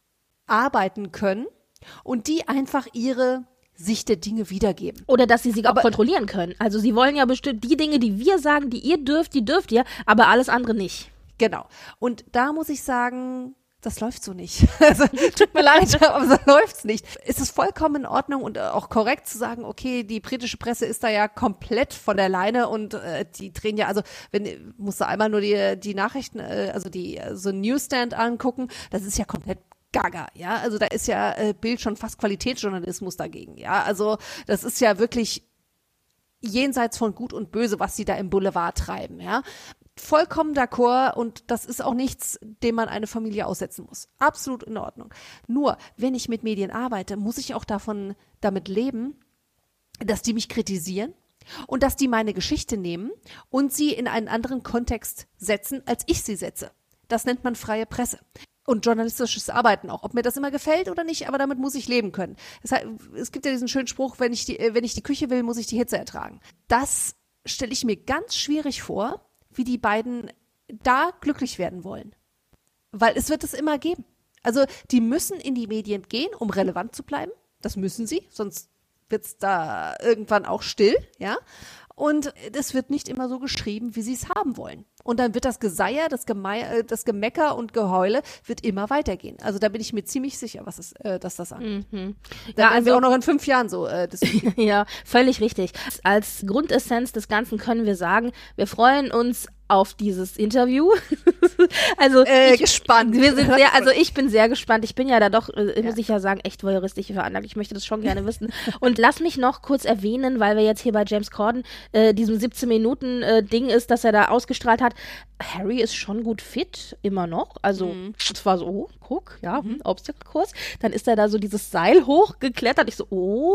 arbeiten können und die einfach ihre Sicht der Dinge wiedergeben. Oder dass sie sie aber auch kontrollieren können. Also sie wollen ja bestimmt die Dinge, die wir sagen, die ihr dürft, die dürft ihr, aber alles andere nicht. Genau. Und da muss ich sagen, das läuft so nicht. Also, tut mir leid, aber so läuft's nicht. Es ist vollkommen in Ordnung und auch korrekt zu sagen, okay, die britische Presse ist da ja komplett von der Leine und äh, die drehen ja, also wenn musst du einmal nur die die Nachrichten, äh, also die so ein Newsstand angucken, das ist ja komplett gaga, ja, also da ist ja äh, Bild schon fast Qualitätsjournalismus dagegen, ja, also das ist ja wirklich jenseits von Gut und Böse, was sie da im Boulevard treiben, ja. Vollkommen d'accord und das ist auch nichts, dem man eine Familie aussetzen muss. Absolut in Ordnung. Nur, wenn ich mit Medien arbeite, muss ich auch davon damit leben, dass die mich kritisieren und dass die meine Geschichte nehmen und sie in einen anderen Kontext setzen, als ich sie setze. Das nennt man freie Presse. Und journalistisches Arbeiten auch, ob mir das immer gefällt oder nicht, aber damit muss ich leben können. Das heißt, es gibt ja diesen schönen Spruch, wenn ich die, wenn ich die Küche will, muss ich die Hitze ertragen. Das stelle ich mir ganz schwierig vor, wie die beiden da glücklich werden wollen. Weil es wird es immer geben. Also die müssen in die Medien gehen, um relevant zu bleiben. Das müssen sie, sonst wird es da irgendwann auch still, ja. Und es wird nicht immer so geschrieben, wie sie es haben wollen. Und dann wird das Geseier, das, Gemei- das Gemecker und Geheule wird immer weitergehen. Also da bin ich mir ziemlich sicher, was es, äh, dass das angeht. Mhm. Da ja, werden also, wir auch noch in fünf Jahren so äh, diskutieren. Ja, völlig richtig. Als Grundessenz des Ganzen können wir sagen, wir freuen uns auf dieses Interview. Also äh, ich, gespannt. Wir sind sehr, also ich bin sehr gespannt. Ich bin ja da doch, äh, ja. muss ich ja sagen, echt voyeuristisch veranlagt. Ich möchte das schon gerne wissen. Und lass mich noch kurz erwähnen, weil wir jetzt hier bei James Corden äh, diesem siebzehn Minuten äh, Ding ist, das er da ausgestrahlt hat. Harry ist schon gut fit, immer noch. Also mhm. es war so, oh, guck, ja, mhm. Obstacle-Kurs. Dann ist er da so dieses Seil hochgeklettert. Ich so,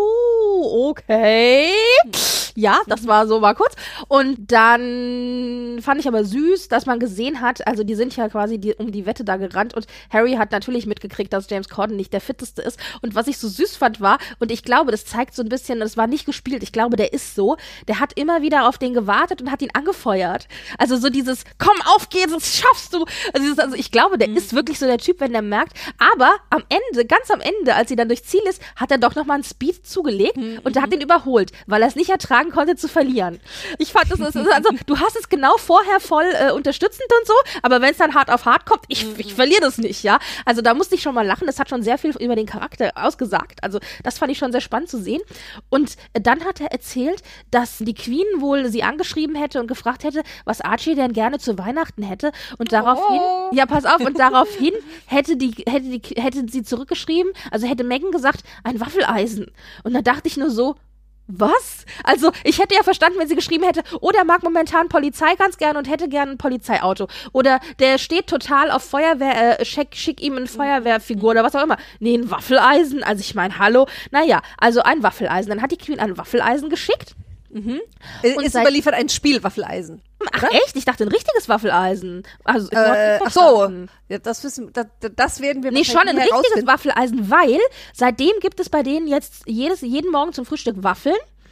oh, okay. Ja, das war so mal kurz. Und dann fand ich aber süß, dass man gesehen hat, also die sind ja quasi die, um die Wette da gerannt und Harry hat natürlich mitgekriegt, dass James Corden nicht der fitteste ist. Und was ich so süß fand war, und ich glaube, das zeigt so ein bisschen, das war nicht gespielt, ich glaube, der ist so, der hat immer wieder auf den gewartet und hat ihn angefeuert. Also so dieses, komm, auf geht's, das schaffst du. Also, dieses, also ich glaube, der mhm. ist wirklich so der Typ, wenn der merkt, aber am Ende, ganz am Ende, als sie dann durchs Ziel ist, hat er doch nochmal einen Speed zugelegt mhm. und der hat ihn überholt, weil er es nicht ertragen konnte zu verlieren. Ich fand das, also du hast es genau vorher voll äh, unterstützend und so, aber wenn es dann hart auf hart kommt, ich, ich verliere das nicht, ja. Also da musste ich schon mal lachen, das hat schon sehr viel über den Charakter ausgesagt, also das fand ich schon sehr spannend zu sehen. Und dann hat er erzählt, dass die Queen wohl sie angeschrieben hätte und gefragt hätte, was Archie denn gerne zu Weihnachten hätte und daraufhin, oh. ja pass auf, und daraufhin hätte die, hätte die, hätte sie zurückgeschrieben, also hätte Meghan gesagt, ein Waffeleisen. Und da dachte ich nur so, was? Also, ich hätte ja verstanden, wenn sie geschrieben hätte, oh, der mag momentan Polizei ganz gern und hätte gern ein Polizeiauto. Oder der steht total auf Feuerwehr, äh, schick, schick ihm eine Feuerwehrfigur oder was auch immer. Nee, ein Waffeleisen. Also, ich meine, hallo. Naja, also ein Waffeleisen. Dann hat die Queen ein Waffeleisen geschickt. Mhm. Und ist überliefert ein Spielwaffeleisen. Ach oder? Echt? Ich dachte ein richtiges Waffeleisen. Also, äh, ach so, ja, das wissen, das, das werden wir nee, schon ein richtiges Waffeleisen, weil seitdem gibt es bei denen jetzt jedes, jeden Morgen zum Frühstück Waffeln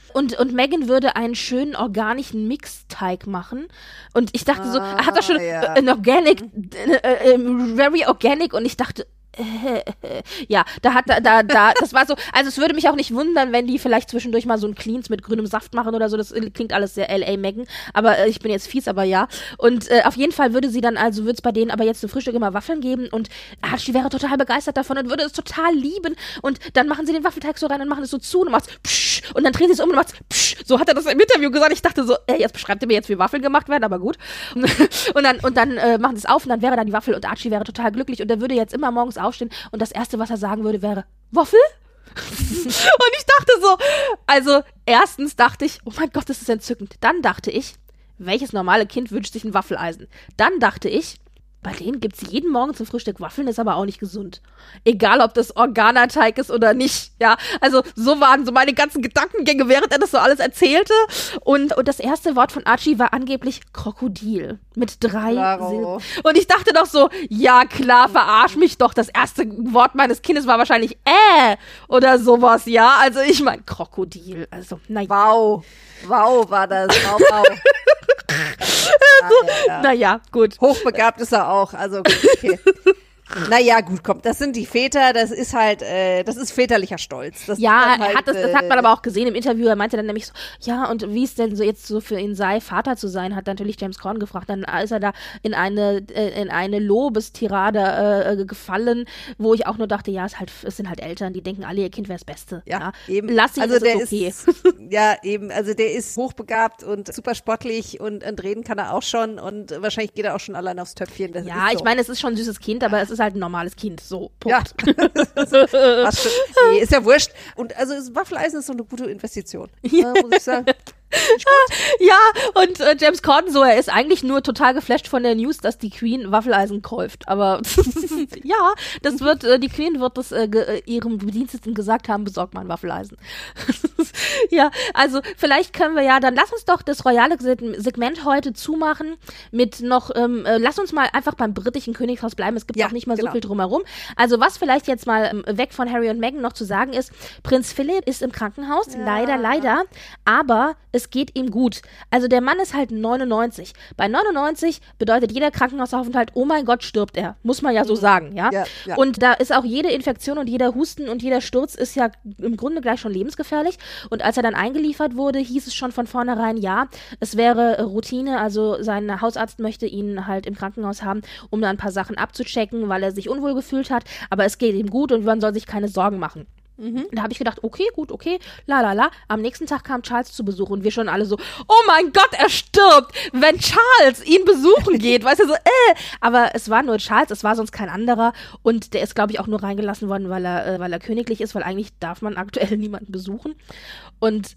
Und, und Megan würde einen schönen organischen Mixteig machen. Und ich dachte so, er hat doch schon ja. äh, an organic, äh, äh, very organic. Und ich dachte, ja, da hat da, da, da, das war so, also es würde mich auch nicht wundern, wenn die vielleicht zwischendurch mal so ein Cleans mit grünem Saft machen oder so, das klingt alles sehr L A Megan, aber äh, ich bin jetzt fies, aber ja. Und äh, auf jeden Fall würde sie dann, also würde es bei denen aber jetzt zum Frühstück immer Waffeln geben und Archie wäre total begeistert davon und würde es total lieben und dann machen sie den Waffelteig so rein und machen es so zu und macht's psch, und dann drehen sie es um und macht's psch, so hat er das im Interview gesagt, ich dachte so, ey, jetzt beschreibt er mir jetzt, wie Waffeln gemacht werden, aber gut. Und dann, und dann äh, machen sie es auf und dann wäre da die Waffel und Archie wäre total glücklich und der würde jetzt immer morgens aufstehen und das Erste, was er sagen würde, wäre Waffel? Und ich dachte so, also erstens dachte ich, oh mein Gott, das ist entzückend. Dann dachte ich, welches normale Kind wünscht sich ein Waffeleisen? Dann dachte ich, bei denen gibt es jeden Morgen zum Frühstück Waffeln, ist aber auch nicht gesund. Egal, ob das Organa-Teig ist oder nicht. Ja, also so waren so meine ganzen Gedankengänge, während er das so alles erzählte. Und, und das erste Wort von Archie war angeblich Krokodil. Mit drei Silben. Und ich dachte doch so, ja klar, verarsch mich doch. Das erste Wort meines Kindes war wahrscheinlich äh oder sowas, ja. Also ich meine Krokodil. Also, naja. Wow. Wow, war das. Wow, wow. so, ja. Naja, gut. Hochbegabt ist er auch, also okay. Naja, gut, komm, das sind die Väter, das ist halt, äh, das ist väterlicher Stolz. Das ja, halt, hat das, das hat man aber auch gesehen im Interview, er meinte dann nämlich so, ja, und wie es denn so jetzt so für ihn sei, Vater zu sein, hat natürlich James Corden gefragt, dann ist er da in eine, äh, in eine Lobestirade äh, gefallen, wo ich auch nur dachte, ja, es, halt, es sind halt Eltern, die denken alle, ihr Kind wäre das Beste. Ja, ja, eben. Lass ihn, also ist der okay. Ist, ja, eben, also der ist hochbegabt und super sportlich und, und reden kann er auch schon und wahrscheinlich geht er auch schon allein aufs Töpfchen. Das ja, ist so. Ich meine, es ist schon ein süßes Kind, aber es ist halt ein normales Kind. So, Punkt. Ja. Nee, ist ja wurscht. Und also das Waffeleisen ist so eine gute Investition, ja. äh, muss ich sagen. Ja, und äh, James Corden so, er ist eigentlich nur total geflasht von der News, dass die Queen Waffeleisen kauft. Aber ja, das wird, äh, die Queen wird das äh, ge- äh, ihrem Bediensteten gesagt haben, besorgt mal ein Waffeleisen. Ja, also vielleicht können wir ja, dann lass uns doch das royale Segment heute zumachen mit noch, ähm, äh, lass uns mal einfach beim britischen Königshaus bleiben. Es gibt ja, auch nicht mal genau. so viel drumherum. Also was vielleicht jetzt mal ähm, weg von Harry und Meghan noch zu sagen ist, Prinz Philipp ist im Krankenhaus, ja. leider, leider, aber es geht ihm gut. Also der Mann ist halt neunundneunzig. Bei neunundneunzig bedeutet jeder Krankenhausaufenthalt, oh mein Gott, stirbt er. Muss man ja so sagen, ja? Ja, ja. Und da ist auch jede Infektion und jeder Husten und jeder Sturz ist ja im Grunde gleich schon lebensgefährlich. Und als er dann eingeliefert wurde, hieß es schon von vornherein, ja, es wäre Routine, also sein Hausarzt möchte ihn halt im Krankenhaus haben, um da ein paar Sachen abzuchecken, weil er sich unwohl gefühlt hat, aber es geht ihm gut und man soll sich keine Sorgen machen. Mhm. Da habe ich gedacht, okay, gut, okay, la la la. Am nächsten Tag kam Charles zu Besuch und wir schon alle so, oh mein Gott, er stirbt, wenn Charles ihn besuchen geht, weißt du, so, äh. Aber es war nur Charles, es war sonst kein anderer und der ist, glaube ich, auch nur reingelassen worden, weil er, äh, weil er königlich ist, weil eigentlich darf man aktuell niemanden besuchen. Und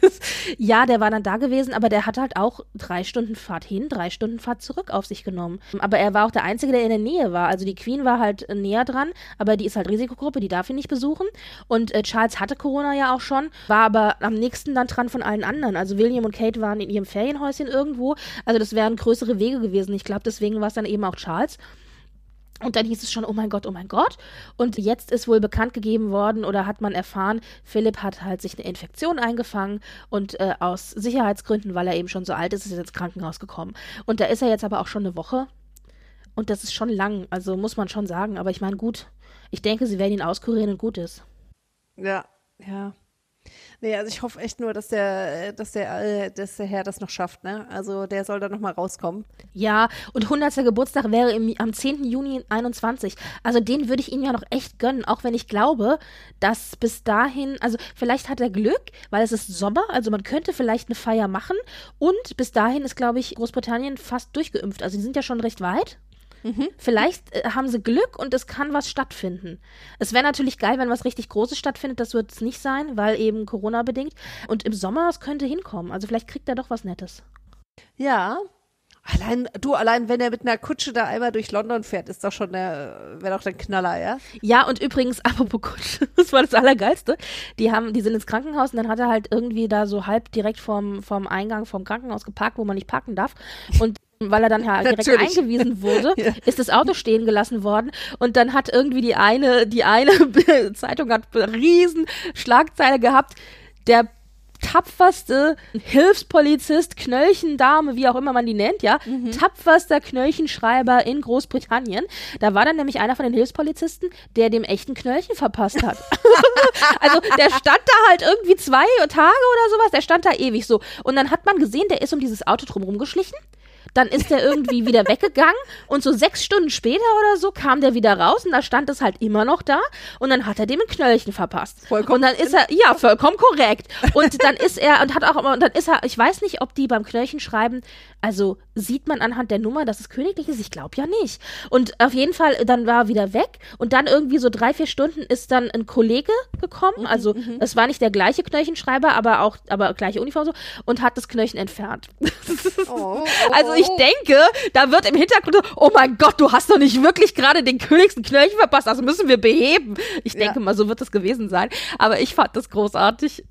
ja, der war dann da gewesen, aber der hat halt auch drei Stunden Fahrt hin, drei Stunden Fahrt zurück auf sich genommen. Aber er war auch der Einzige, der in der Nähe war. Also die Queen war halt äh, näher dran, aber die ist halt Risikogruppe, die darf ihn nicht besuchen. Und äh, Charles hatte Corona ja auch schon, war aber am nächsten dann dran von allen anderen. Also William und Kate waren in ihrem Ferienhäuschen irgendwo. Also das wären größere Wege gewesen. Ich glaube, deswegen war es dann eben auch Charles. Und dann hieß es schon, oh mein Gott, oh mein Gott. Und jetzt ist wohl bekannt gegeben worden oder hat man erfahren, Philipp hat halt sich eine Infektion eingefangen und äh, aus Sicherheitsgründen, weil er eben schon so alt ist, ist er ins Krankenhaus gekommen. Und da ist er jetzt aber auch schon eine Woche. Und das ist schon lang, also muss man schon sagen. Aber ich meine, gut, ich denke, sie werden ihn auskurieren und gut ist. Ja, ja. Nee, also ich hoffe echt nur, dass der, dass der, dass der Herr das noch schafft, ne? Also der soll da noch mal rauskommen. Ja, und hundertster Geburtstag wäre im, am zehnten Juni einundzwanzig. Also den würde ich ihm ja noch echt gönnen, auch wenn ich glaube, dass bis dahin, also vielleicht hat er Glück, weil es ist Sommer, also man könnte vielleicht eine Feier machen und bis dahin ist, glaube ich, Großbritannien fast durchgeimpft. Also die sind ja schon recht weit. Mhm. Vielleicht äh, haben sie Glück und es kann was stattfinden. Es wäre natürlich geil, wenn was richtig Großes stattfindet. Das wird es nicht sein, weil eben Corona bedingt. Und im Sommer, es könnte hinkommen. Also vielleicht kriegt er doch was Nettes. Ja. Allein, du, allein wenn er mit einer Kutsche da einmal durch London fährt, ist doch schon der, wäre doch der Knaller, ja? Ja, und übrigens, apropos Kutsche, das war das Allergeilste. Die haben, die sind ins Krankenhaus und dann hat er halt irgendwie da so halb direkt vorm, vorm Eingang vom Krankenhaus geparkt, wo man nicht parken darf. Und weil er dann ja direkt Natürlich. eingewiesen wurde, ja. ist das Auto stehen gelassen worden und dann hat irgendwie die eine, die eine Zeitung hat eine riesen Schlagzeile gehabt, der tapferste Hilfspolizist, Knöllchendame, wie auch immer man die nennt, ja, mhm. tapferster Knöllchenschreiber in Großbritannien. Da war dann nämlich einer von den Hilfspolizisten, der dem echten Knöllchen verpasst hat. Also der stand da halt irgendwie zwei Tage oder sowas, der stand da ewig so. Und dann hat man gesehen, der ist um dieses Auto drumherum geschlichen. Dann ist der irgendwie wieder weggegangen und so sechs Stunden später oder so kam der wieder raus und da stand es halt immer noch da und dann hat er dem ein Knöllchen verpasst. Vollkommen. Und dann ist er, ja, vollkommen korrekt. Und dann ist er, und hat auch, und dann ist er, ich weiß nicht, ob die beim Knöllchen schreiben, also sieht man anhand der Nummer, dass es königlich ist? Ich glaube ja nicht. Und auf jeden Fall, dann war er wieder weg und dann irgendwie so drei, vier Stunden ist dann ein Kollege gekommen, mhm, also mhm. es war nicht der gleiche Knöllchenschreiber, aber auch, aber gleiche Uniform so und hat das Knöllchen entfernt. Oh, oh, also ich denke, da wird im Hintergrund, oh mein Gott, du hast doch nicht wirklich gerade den königsten Knöllchen verpasst, das müssen wir beheben. Ich denke ja. mal, so wird das gewesen sein. Aber ich fand das großartig.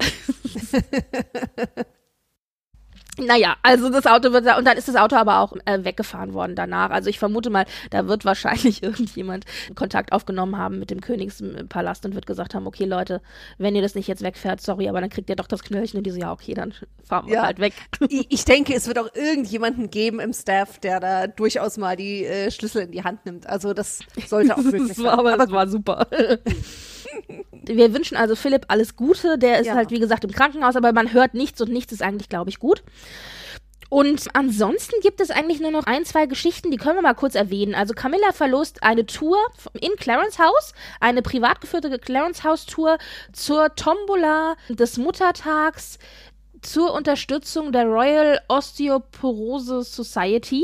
Naja, also das Auto wird, und dann ist das Auto aber auch äh, weggefahren worden danach. Also ich vermute mal, da wird wahrscheinlich irgendjemand Kontakt aufgenommen haben mit dem Königspalast und wird gesagt haben, okay Leute, wenn ihr das nicht jetzt wegfährt, sorry, aber dann kriegt ihr doch das Knöllchen und die so, ja okay, dann fahren wir ja. halt weg. Ich, ich denke, es wird auch irgendjemanden geben im Staff, der da durchaus mal die äh, Schlüssel in die Hand nimmt. Also das sollte auch wirklich sein. Aber das war super. Wir wünschen also Philipp alles Gute. Der ist ja. halt, wie gesagt, im Krankenhaus, aber man hört nichts und nichts ist eigentlich, glaube ich, gut. Und ansonsten gibt es eigentlich nur noch ein, zwei Geschichten, die können wir mal kurz erwähnen. Also Camilla verlost eine Tour in Clarence House, eine privat geführte Clarence House Tour zur Tombola des Muttertags zur Unterstützung der Royal Osteoporose Society.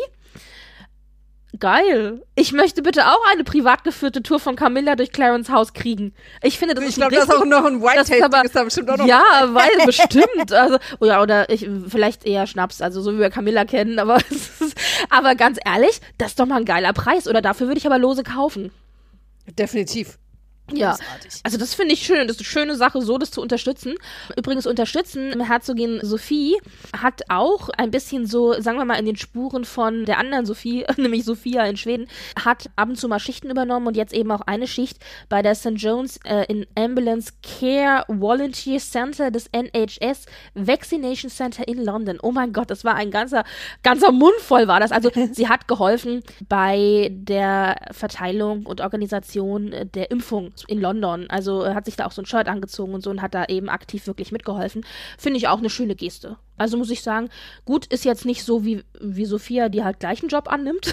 Geil. Ich möchte bitte auch eine privat geführte Tour von Camilla durch Clarence House kriegen. Ich finde, das ich ist glaube, das ist auch noch ein White Tasting, ist da bestimmt auch noch. Ja, weil bestimmt. Also, ja, oder ich, vielleicht eher Schnaps, also so wie wir Camilla kennen, aber, aber ganz ehrlich, das ist doch mal ein geiler Preis. Oder dafür würde ich aber Lose kaufen. Definitiv. Ja, also das finde ich schön, das ist eine schöne Sache, so das zu unterstützen. Übrigens unterstützen, Herzogin Sophie hat auch ein bisschen so, sagen wir mal, in den Spuren von der anderen Sophie, nämlich Sophia in Schweden, hat ab und zu mal Schichten übernommen und jetzt eben auch eine Schicht bei der Sankt John's äh, in Ambulance Care Volunteer Center des N H S Vaccination Center in London. Oh mein Gott, das war ein ganzer, ganzer Mund voll war das. Also sie hat geholfen bei der Verteilung und Organisation der Impfung in London, also hat sich da auch so ein Shirt angezogen und so und hat da eben aktiv wirklich mitgeholfen. Finde ich auch eine schöne Geste. Also muss ich sagen, gut, ist jetzt nicht so wie, wie Sophia, die halt gleich einen Job annimmt,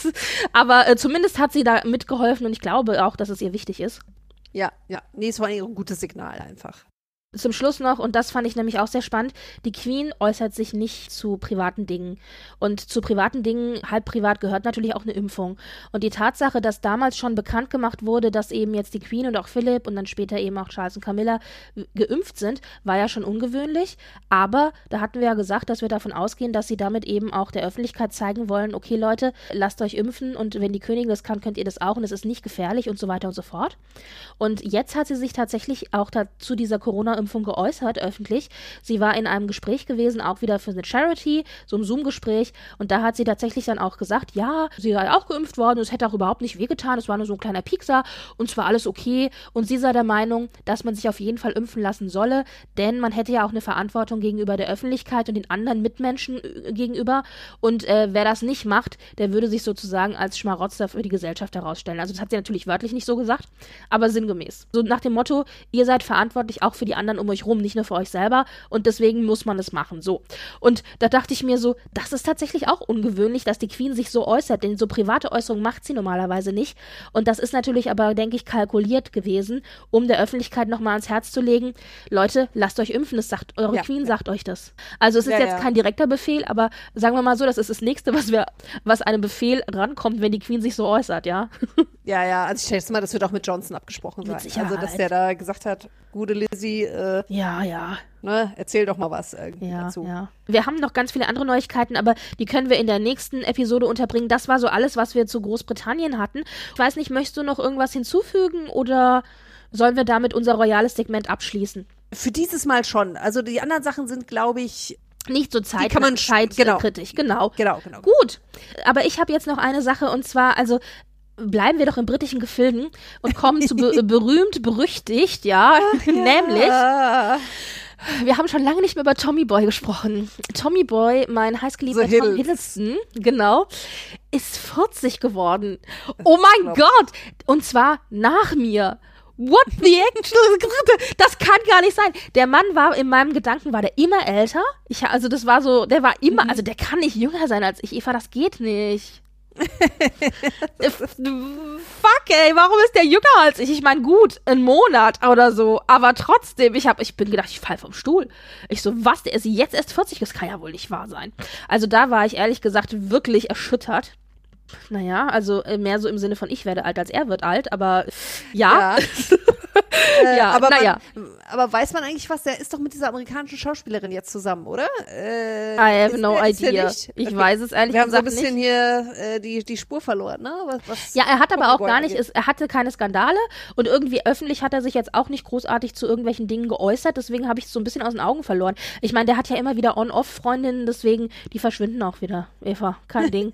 aber äh, zumindest hat sie da mitgeholfen und ich glaube auch, dass es ihr wichtig ist. Ja, ja, nee, es war ein gutes Signal einfach. Zum Schluss noch, und das fand ich nämlich auch sehr spannend, die Queen äußert sich nicht zu privaten Dingen. Und zu privaten Dingen, halb privat, gehört natürlich auch eine Impfung. Und die Tatsache, dass damals schon bekannt gemacht wurde, dass eben jetzt die Queen und auch Philipp und dann später eben auch Charles und Camilla geimpft sind, war ja schon ungewöhnlich. Aber da hatten wir ja gesagt, dass wir davon ausgehen, dass sie damit eben auch der Öffentlichkeit zeigen wollen, okay Leute, lasst euch impfen und wenn die Königin das kann, könnt ihr das auch und es ist nicht gefährlich und so weiter und so fort. Und jetzt hat sie sich tatsächlich auch zu dieser Corona Impfung geäußert, öffentlich. Sie war in einem Gespräch gewesen, auch wieder für eine Charity, so ein Zoom-Gespräch und da hat sie tatsächlich dann auch gesagt, ja, sie sei auch geimpft worden, es hätte auch überhaupt nicht wehgetan, es war nur so ein kleiner Piekser und es war alles okay und sie sei der Meinung, dass man sich auf jeden Fall impfen lassen solle, denn man hätte ja auch eine Verantwortung gegenüber der Öffentlichkeit und den anderen Mitmenschen äh, gegenüber und äh, wer das nicht macht, der würde sich sozusagen als Schmarotzer für die Gesellschaft herausstellen. Also das hat sie natürlich wörtlich nicht so gesagt, aber sinngemäß. So nach dem Motto, ihr seid verantwortlich auch für die anderen um euch rum, nicht nur für euch selber und deswegen muss man es machen, so. Und da dachte ich mir so, das ist tatsächlich auch ungewöhnlich, dass die Queen sich so äußert, denn so private Äußerungen macht sie normalerweise nicht und das ist natürlich aber, denke ich, kalkuliert gewesen, um der Öffentlichkeit nochmal ans Herz zu legen, Leute, lasst euch impfen, das sagt, eure ja, Queen ja. sagt euch das. Also es ist ja, jetzt ja. kein direkter Befehl, aber sagen wir mal so, das ist das Nächste, was wir, was einem Befehl rankommt, wenn die Queen sich so äußert, ja. Ja, ja, also ich schätze mal, das wird auch mit Johnson abgesprochen sein. Also, dass der da gesagt hat, gute Lizzie, äh, ja, ja. Ne, erzähl doch mal was irgendwie ja, dazu. Ja. Wir haben noch ganz viele andere Neuigkeiten, aber die können wir in der nächsten Episode unterbringen. Das war so alles, was wir zu Großbritannien hatten. Ich weiß nicht, möchtest du noch irgendwas hinzufügen oder sollen wir damit unser royales Segment abschließen? Für dieses Mal schon. Also die anderen Sachen sind, glaube ich, nicht so zeit- kann man zeitkritisch. Genau. Genau, genau. Gut. Aber ich habe jetzt noch eine Sache und zwar, also bleiben wir doch in britischen Gefilden und kommen zu be- berühmt, berüchtigt, ja, ja. Nämlich Wir haben schon lange nicht mehr über Tommy Boy gesprochen. Tommy Boy, mein heißgeliebter The Tom Hiddleston, genau, ist vierzig geworden. Oh mein Gott! Und zwar nach mir. What the actual? Das kann gar nicht sein. Der Mann war, in meinem Gedanken war der immer älter. Ich, also das war so, der war immer, also der kann nicht jünger sein als ich. Eva, das geht nicht. Fuck, ey, warum ist der jünger als ich? Ich meine, gut, ein Monat oder so, aber trotzdem, ich hab, ich bin gedacht, ich fall vom Stuhl. Ich so, was, der ist jetzt erst vierzig? Das kann ja wohl nicht wahr sein. Also da war ich ehrlich gesagt wirklich erschüttert. Naja, also mehr so im Sinne von ich werde alt, als er wird alt, aber ja. Ja, äh, ja aber, naja. man, aber weiß man eigentlich was? Der ist doch mit dieser amerikanischen Schauspielerin jetzt zusammen, oder? Äh, I have ist no der, ist der idea. nicht? Ich Okay. weiß es ehrlich Wir haben so ein gesagt bisschen nicht. hier äh, die, die Spur verloren, ne? Was, was Ja, er hat aber Tommy auch Boy gar nicht, angeht. es, er hatte keine Skandale und irgendwie öffentlich hat er sich jetzt auch nicht großartig zu irgendwelchen Dingen geäußert, deswegen habe ich es so ein bisschen aus den Augen verloren. Ich meine, der hat ja immer wieder On-Off-Freundinnen, deswegen, die verschwinden auch wieder, Eva, kein Ding.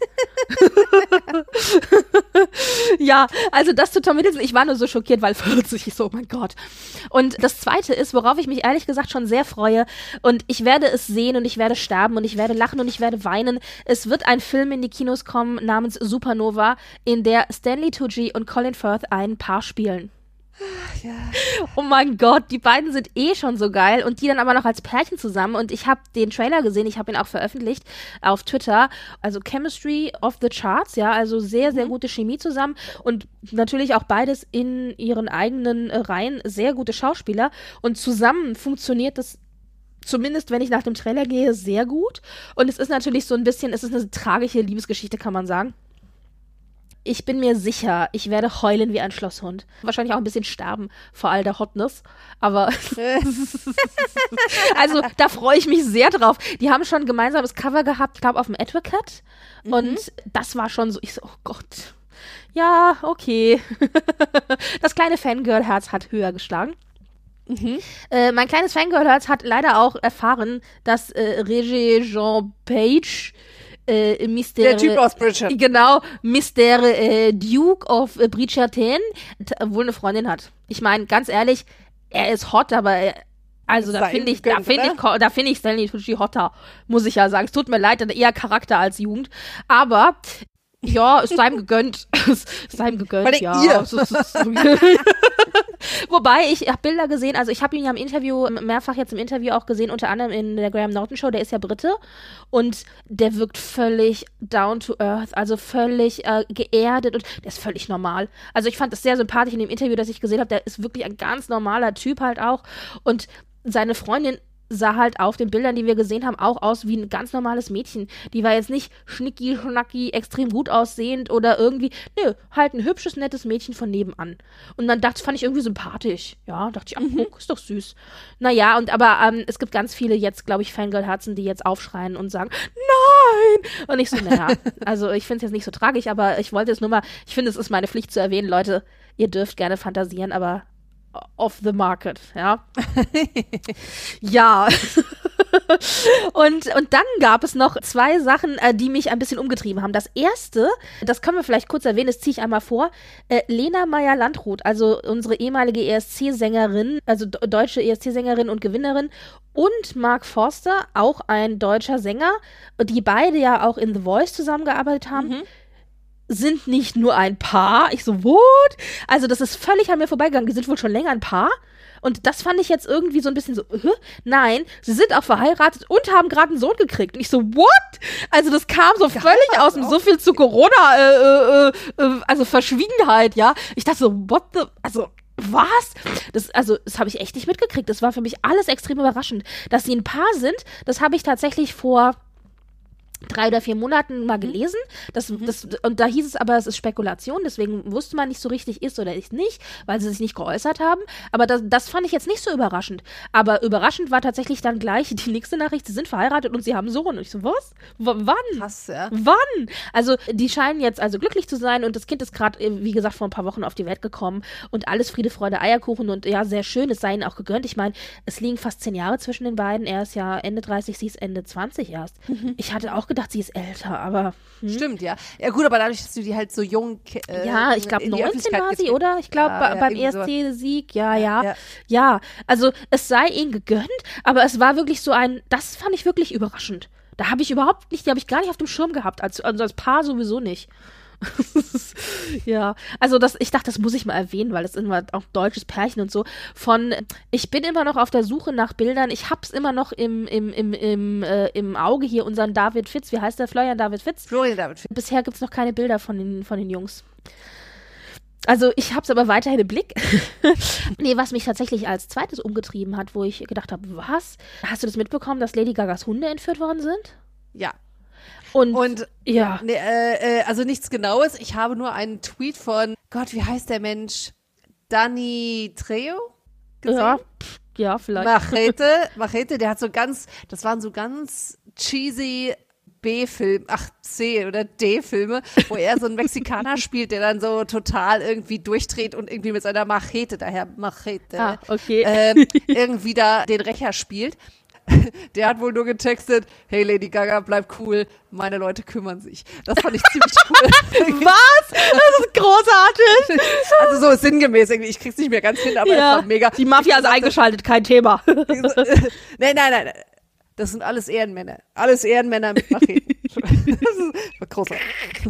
Ja, also das zu Tom Hiddleston, ich war nur so schockiert, weil vierzig, ich so, oh mein Gott. Und das Zweite ist, worauf ich mich ehrlich gesagt schon sehr freue und ich werde es sehen und ich werde sterben und ich werde lachen und ich werde weinen. Es wird ein Film in die Kinos kommen namens Supernova, in der Stanley Tucci und Colin Firth ein Paar spielen. Ja. Oh mein Gott, die beiden sind eh schon so geil und die dann aber noch als Pärchen zusammen und ich habe den Trailer gesehen, ich habe ihn auch veröffentlicht auf Twitter, also Chemistry of the Charts, ja, also sehr, sehr gute Chemie zusammen und natürlich auch beides in ihren eigenen äh, Reihen sehr gute Schauspieler und zusammen funktioniert das zumindest, wenn ich nach dem Trailer gehe, sehr gut und es ist natürlich so ein bisschen, es ist eine tragische Liebesgeschichte, kann man sagen. Ich bin mir sicher, ich werde heulen wie ein Schlosshund. Wahrscheinlich auch ein bisschen sterben vor all der Hotness. Aber also da freue ich mich sehr drauf. Die haben schon ein gemeinsames Cover gehabt, ich glaube auf dem Advocate. Mhm. Und das war schon so, ich so, oh Gott. Ja, okay. Das kleine Fangirl-Herz hat höher geschlagen. Mhm. Äh, mein kleines Fangirl-Herz hat leider auch erfahren, dass äh, Regé Jean Page Äh, Mister Der Typ aus Bridgerton. Genau, Mister äh, Duke of äh, Bridgerton t- wohl eine Freundin hat. Ich meine, ganz ehrlich, er ist hot, aber er, also da finde ich, da finde ich, da finde ich Stanley Tucci hotter, muss ich ja sagen. Es tut mir leid, eher Charakter als Jugend, aber ja, ist einem gegönnt. Ist einem gegönnt, ja. Ihr. Wobei, ich habe Bilder gesehen, also ich habe ihn ja im Interview, mehrfach jetzt im Interview auch gesehen, unter anderem in der Graham Norton Show, der ist ja Brite und der wirkt völlig down to earth, also völlig äh, geerdet und der ist völlig normal. Also ich fand das sehr sympathisch in dem Interview, das ich gesehen habe, der ist wirklich ein ganz normaler Typ halt auch und seine Freundin sah halt auf den Bildern, die wir gesehen haben, auch aus wie ein ganz normales Mädchen. Die war jetzt nicht schnicki, schnacki, extrem gut aussehend oder irgendwie, nö, halt ein hübsches, nettes Mädchen von nebenan. Und dann dachte, fand ich irgendwie sympathisch. Ja, dachte ich, ach, Mhm. guck, ist doch süß. Naja, und aber ähm, es gibt ganz viele jetzt, glaube ich, Fangirl-Herzen, die jetzt aufschreien und sagen, nein! Und ich so, naja, also ich finde es jetzt nicht so tragisch, aber ich wollte es nur mal, ich finde, es ist meine Pflicht zu erwähnen, Leute, ihr dürft gerne fantasieren, aber off the market, ja. Ja. und, und dann gab es noch zwei Sachen, äh, die mich ein bisschen umgetrieben haben. Das erste, das können wir vielleicht kurz erwähnen, das ziehe ich einmal vor. Äh, Lena Meyer-Landrut, also unsere ehemalige E S C-Sängerin, also do- deutsche E S C-Sängerin und Gewinnerin, und Mark Forster, auch ein deutscher Sänger, die beide ja auch in The Voice zusammengearbeitet haben. Mhm. Sind nicht nur ein Paar. Ich so, what? Also das ist völlig an mir vorbeigegangen. Die sind wohl schon länger ein Paar. Und das fand ich jetzt irgendwie so ein bisschen so, uh, nein, sie sind auch verheiratet und haben gerade einen Sohn gekriegt. Und ich so, what? Also das kam so völlig ja, aus dem, so viel zu Corona, äh, äh, äh, also Verschwiegenheit, ja. Ich dachte so, what the, also was? Das, also, das habe ich echt nicht mitgekriegt. Das war für mich alles extrem überraschend. Dass sie ein Paar sind, das habe ich tatsächlich vor drei oder vier Monaten mal gelesen. Das, mhm. das, und da hieß es aber, es ist Spekulation, deswegen wusste man nicht so richtig, ist oder ist nicht, weil sie sich nicht geäußert haben. Aber das, das fand ich jetzt nicht so überraschend. Aber überraschend war tatsächlich dann gleich die nächste Nachricht, sie sind verheiratet und sie haben einen Sohn. Und ich so, was? W- wann? Krass, ja. Wann? Also, die scheinen jetzt also glücklich zu sein und das Kind ist gerade, wie gesagt, vor ein paar Wochen auf die Welt gekommen und alles Friede, Freude, Eierkuchen und ja, sehr schön, es sei ihnen auch gegönnt. Ich meine, es liegen fast zehn Jahre zwischen den beiden. Er ist ja Ende dreißig, sie ist Ende zwanzig erst. Mhm. Ich hatte auch gedacht, gedacht, sie ist älter, aber... Hm. Stimmt, ja. Ja gut, aber dadurch, dass du die halt so jung äh, Ja, ich glaube neunzehn war sie, oder? Ich glaube ja, ja, beim E S C-Sieg, ja, ja, ja. Ja, also es sei ihnen gegönnt, aber es war wirklich so ein, das fand ich wirklich überraschend. Da habe ich überhaupt nicht, die habe ich gar nicht auf dem Schirm gehabt, als, also als Paar sowieso nicht. Ja, also das, ich dachte, das muss ich mal erwähnen, weil das immer auch deutsches Pärchen und so. Von, ich bin immer noch auf der Suche nach Bildern. Ich hab's immer noch im, im, im, im, äh, im Auge hier, unseren David Fitz. Wie heißt der? Florian David Fitz? Florian David Fitz. Bisher gibt's noch keine Bilder von den, von den Jungs. Also ich hab's aber weiterhin im Blick. Nee, was mich tatsächlich als zweites umgetrieben hat, wo ich gedacht habe, was? Hast du das mitbekommen, dass Lady Gagas Hunde entführt worden sind? Ja. Und, Und ja. Ne, äh, äh, also nichts Genaues. Ich habe nur einen Tweet von, Gott, wie heißt der Mensch? Danny Trejo gesehen? Ja, pff, ja, vielleicht. Machete, Machete, der hat so ganz, das waren so ganz cheesy B-Film, ach C oder D-Filme, wo er so einen Mexikaner spielt, der dann so total irgendwie durchdreht und irgendwie mit seiner Machete, daher Machete, Ah, okay. äh, irgendwie da den Rächer spielt. Der hat wohl nur getextet, hey Lady Gaga, bleib cool, meine Leute kümmern sich. Das fand ich ziemlich cool. Was? Das ist großartig. Also so sinngemäß irgendwie, ich krieg's nicht mehr ganz hin, aber Ja, es war mega. die Mafia ist eingeschaltet, kein Thema. Nein, nein, nein, nein. Das sind alles Ehrenmänner. Alles Ehrenmänner mit Macheten. Das ist großartig.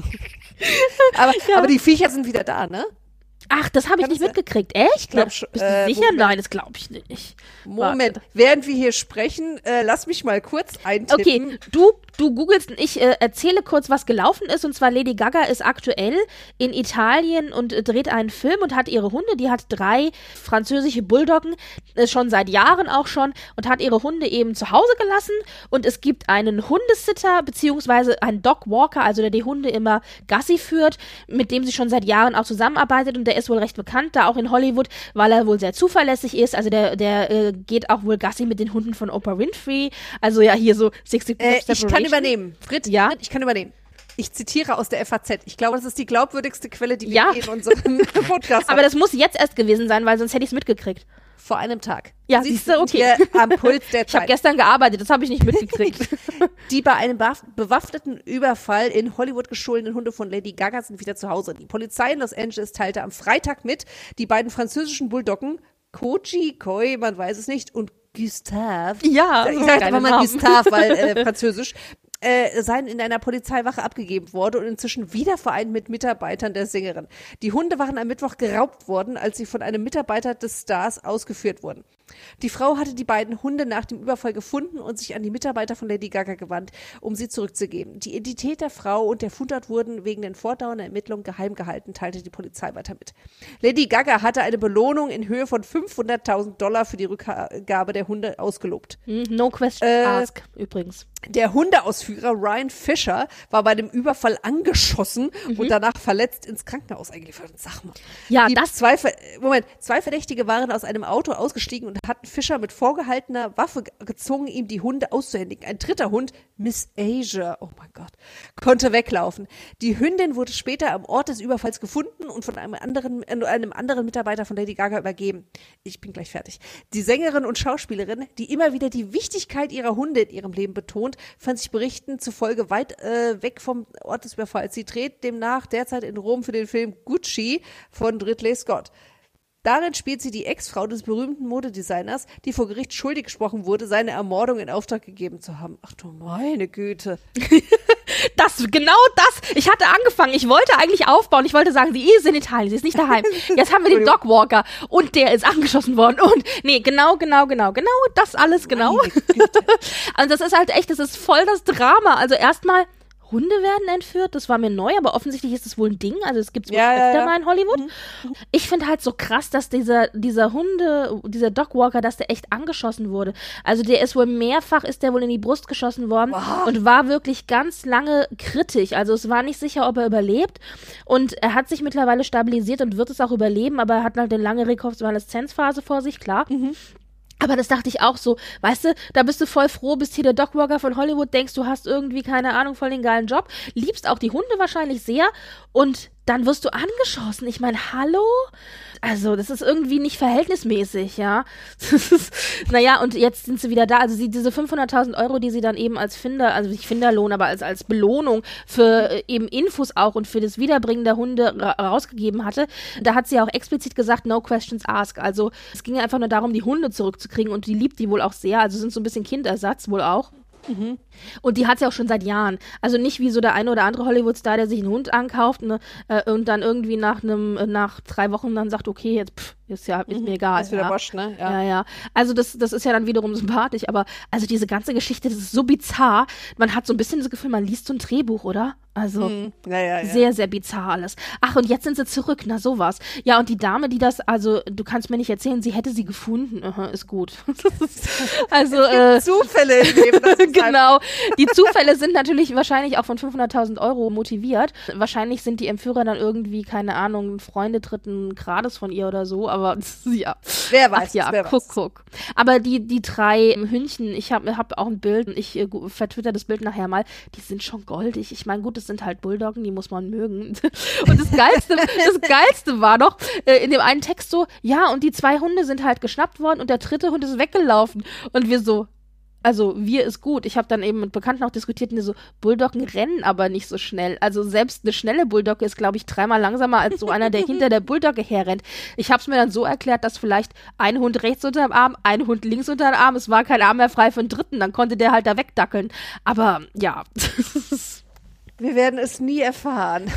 Aber, Ja. aber die Viecher sind wieder da, ne? Ach, das habe ich Kannst nicht du- mitgekriegt. Echt? Ich glaub schon, Bist du äh, sicher? Moment. Nein, das glaube ich nicht. Moment, Warte. während wir hier sprechen, äh, lass mich mal kurz eintippen. Okay, du, du googelst und ich äh, erzähle kurz, was gelaufen ist. Und zwar Lady Gaga ist aktuell in Italien und äh, dreht einen Film und hat ihre Hunde. Die hat drei französische Bulldoggen, äh, schon seit Jahren auch schon, und hat ihre Hunde eben zu Hause gelassen. Und es gibt einen Hundesitter, beziehungsweise einen Dogwalker, also der die Hunde immer Gassi führt, mit dem sie schon seit Jahren auch zusammenarbeitet. Und der ist wohl recht bekannt, da auch in Hollywood, weil er wohl sehr zuverlässig ist. Also der, der äh, geht auch wohl Gassi mit den Hunden von Oprah Winfrey. Also ja, hier so sixty Äh, Separation. ich kann übernehmen. Frit, Ja? Frit, ich kann übernehmen. Ich zitiere aus der F A Z. Ich glaube, das ist die glaubwürdigste Quelle, die wir Ja. je in unserem Podcast Aber haben. das muss jetzt erst gewesen sein, weil sonst hätte ich es mitgekriegt. Vor einem Tag. Ja, Sie siehste, sind okay. hier am Puls der Ich habe Zeit. gestern gearbeitet, das habe ich nicht mitgekriegt. Die bei einem bewaff- bewaffneten Überfall in Hollywood gestohlenen Hunde von Lady Gaga sind wieder zu Hause. Die Polizei in Los Angeles teilte am Freitag mit, die beiden französischen Bulldoggen, Koji, Koi, man weiß es nicht, und Gustave. Ja, ich so sage geile einfach mal Namen. Gustave, weil äh, französisch. Äh, seien in einer Polizeiwache abgegeben worden und inzwischen wieder vereint mit Mitarbeitern der Sängerin. Die Hunde waren am Mittwoch geraubt worden, als sie von einem Mitarbeiter des Stars ausgeführt wurden. Die Frau hatte die beiden Hunde nach dem Überfall gefunden und sich an die Mitarbeiter von Lady Gaga gewandt, um sie zurückzugeben. Die Identität der Frau und der Fundort wurden wegen den fortdauernden Ermittlungen geheim gehalten, teilte die Polizei weiter mit. Lady Gaga hatte eine Belohnung in Höhe von fünfhunderttausend Dollar für die Rückgabe der Hunde ausgelobt. Hm, No question Äh, asked, übrigens. Der Hundeausführer Ryan Fisher war bei dem Überfall angeschossen und danach verletzt ins Krankenhaus eingeliefert. Sag mal. Ja, Die das- zwei, Ver- Moment, zwei Verdächtige waren aus einem Auto ausgestiegen und hatten Fisher mit vorgehaltener Waffe ge- gezwungen, ihm die Hunde auszuhändigen. Ein dritter Hund, Miss Asia, oh mein Gott, konnte weglaufen. Die Hündin wurde später am Ort des Überfalls gefunden und von einem anderen, äh, einem anderen Mitarbeiter von Lady Gaga übergeben. Ich bin gleich fertig. Die Sängerin und Schauspielerin, die immer wieder die Wichtigkeit ihrer Hunde in ihrem Leben betont, fand sich Berichten zufolge weit äh, weg vom Ort des Überfalls. Sie dreht demnach derzeit in Rom für den Film Gucci von Ridley Scott. Darin spielt sie die Ex-Frau des berühmten Modedesigners, die vor Gericht schuldig gesprochen wurde, seine Ermordung in Auftrag gegeben zu haben. Ach du meine Güte. Das, genau das. Ich hatte angefangen, ich wollte eigentlich aufbauen, ich wollte sagen, sie ist in Italien, sie ist nicht daheim. Jetzt haben wir den Dogwalker und der ist angeschossen worden und, nee, genau, genau, genau, genau, das alles genau. Also das ist halt echt, das ist voll das Drama. Also erstmal, Hunde werden entführt, das war mir neu, aber offensichtlich ist es wohl ein Ding, also es gibt es wohl Ja, ja, öfter ja. mal in Hollywood. Ich finde halt so krass, dass dieser, dieser Hunde, dieser Dogwalker, dass der echt angeschossen wurde. Also der ist wohl mehrfach, ist der wohl in die Brust geschossen worden Wow. und war wirklich ganz lange kritisch. Also es war nicht sicher, ob er überlebt und er hat sich mittlerweile stabilisiert und wird es auch überleben, aber er hat halt eine lange Rekonvaleszenzphase vor sich, klar. Aber das dachte ich auch so, weißt du, da bist du voll froh, bist hier der Dogwalker von Hollywood, denkst, du hast irgendwie, keine Ahnung, voll den geilen Job, liebst auch die Hunde wahrscheinlich sehr und dann wirst du angeschossen. Ich meine, hallo? Also, das ist irgendwie nicht verhältnismäßig, ja. Das ist, naja, und jetzt sind sie wieder da. Also, sie, diese fünfhunderttausend Euro, die sie dann eben als Finder, also nicht Finderlohn, aber als, als Belohnung für äh, eben Infos auch und für das Wiederbringen der Hunde ra- rausgegeben hatte, da hat sie auch explizit gesagt, no questions asked. Also, es ging ja einfach nur darum, die Hunde zurückzukriegen und die liebt die wohl auch sehr. Also, sind so ein bisschen Kindersatz wohl auch. Mhm. Und die hat sie auch schon seit Jahren. Also nicht wie so der eine oder andere Hollywood-Star, der sich einen Hund ankauft ne, äh, und dann irgendwie nach einem, äh, nach drei Wochen dann sagt, okay, jetzt pff, ist ja ist mhm. mir egal. Ist wieder ja. Bosch, ne? Ja, ja. ja. Also das, das ist ja dann wiederum sympathisch, aber also diese ganze Geschichte, das ist so bizarr. Man hat so ein bisschen das Gefühl, man liest so ein Drehbuch, oder? Also mhm. ja, ja, ja. sehr, sehr bizarr alles. Ach, und jetzt sind sie zurück, na sowas. Ja, und die Dame, die das, also du kannst mir nicht erzählen, sie hätte sie gefunden. Aha, ist gut. Also äh, Zufälle im Leben. Genau. Die Zufälle sind natürlich wahrscheinlich auch von fünfhunderttausend Euro motiviert. Wahrscheinlich sind die Entführer dann irgendwie, keine Ahnung, Freunde dritten Grades von ihr oder so, aber ja. Wer weiß. Ach, ja, wer guck, weiß. guck. Aber die, die drei Hündchen, ich habe hab auch ein Bild, ich äh, vertwitter das Bild nachher mal, die sind schon goldig. Ich meine, gut, das sind halt Bulldoggen, die muss man mögen. Und das Geilste, das Geilste war doch, äh, in dem einen Text so, ja, und die zwei Hunde sind halt geschnappt worden und der dritte Hund ist weggelaufen. Und wir so, also wir ist gut. Ich habe dann eben mit Bekannten auch diskutiert, und die so, Bulldoggen rennen aber nicht so schnell. Also selbst eine schnelle Bulldogge ist, glaube ich, dreimal langsamer als so einer, der hinter der Bulldogge herrennt. Ich habe es mir dann so erklärt, dass vielleicht ein Hund rechts unter dem Arm, ein Hund links unter dem Arm, es war kein Arm mehr frei für einen dritten, dann konnte der halt da wegdackeln. Aber ja, wir werden es nie erfahren.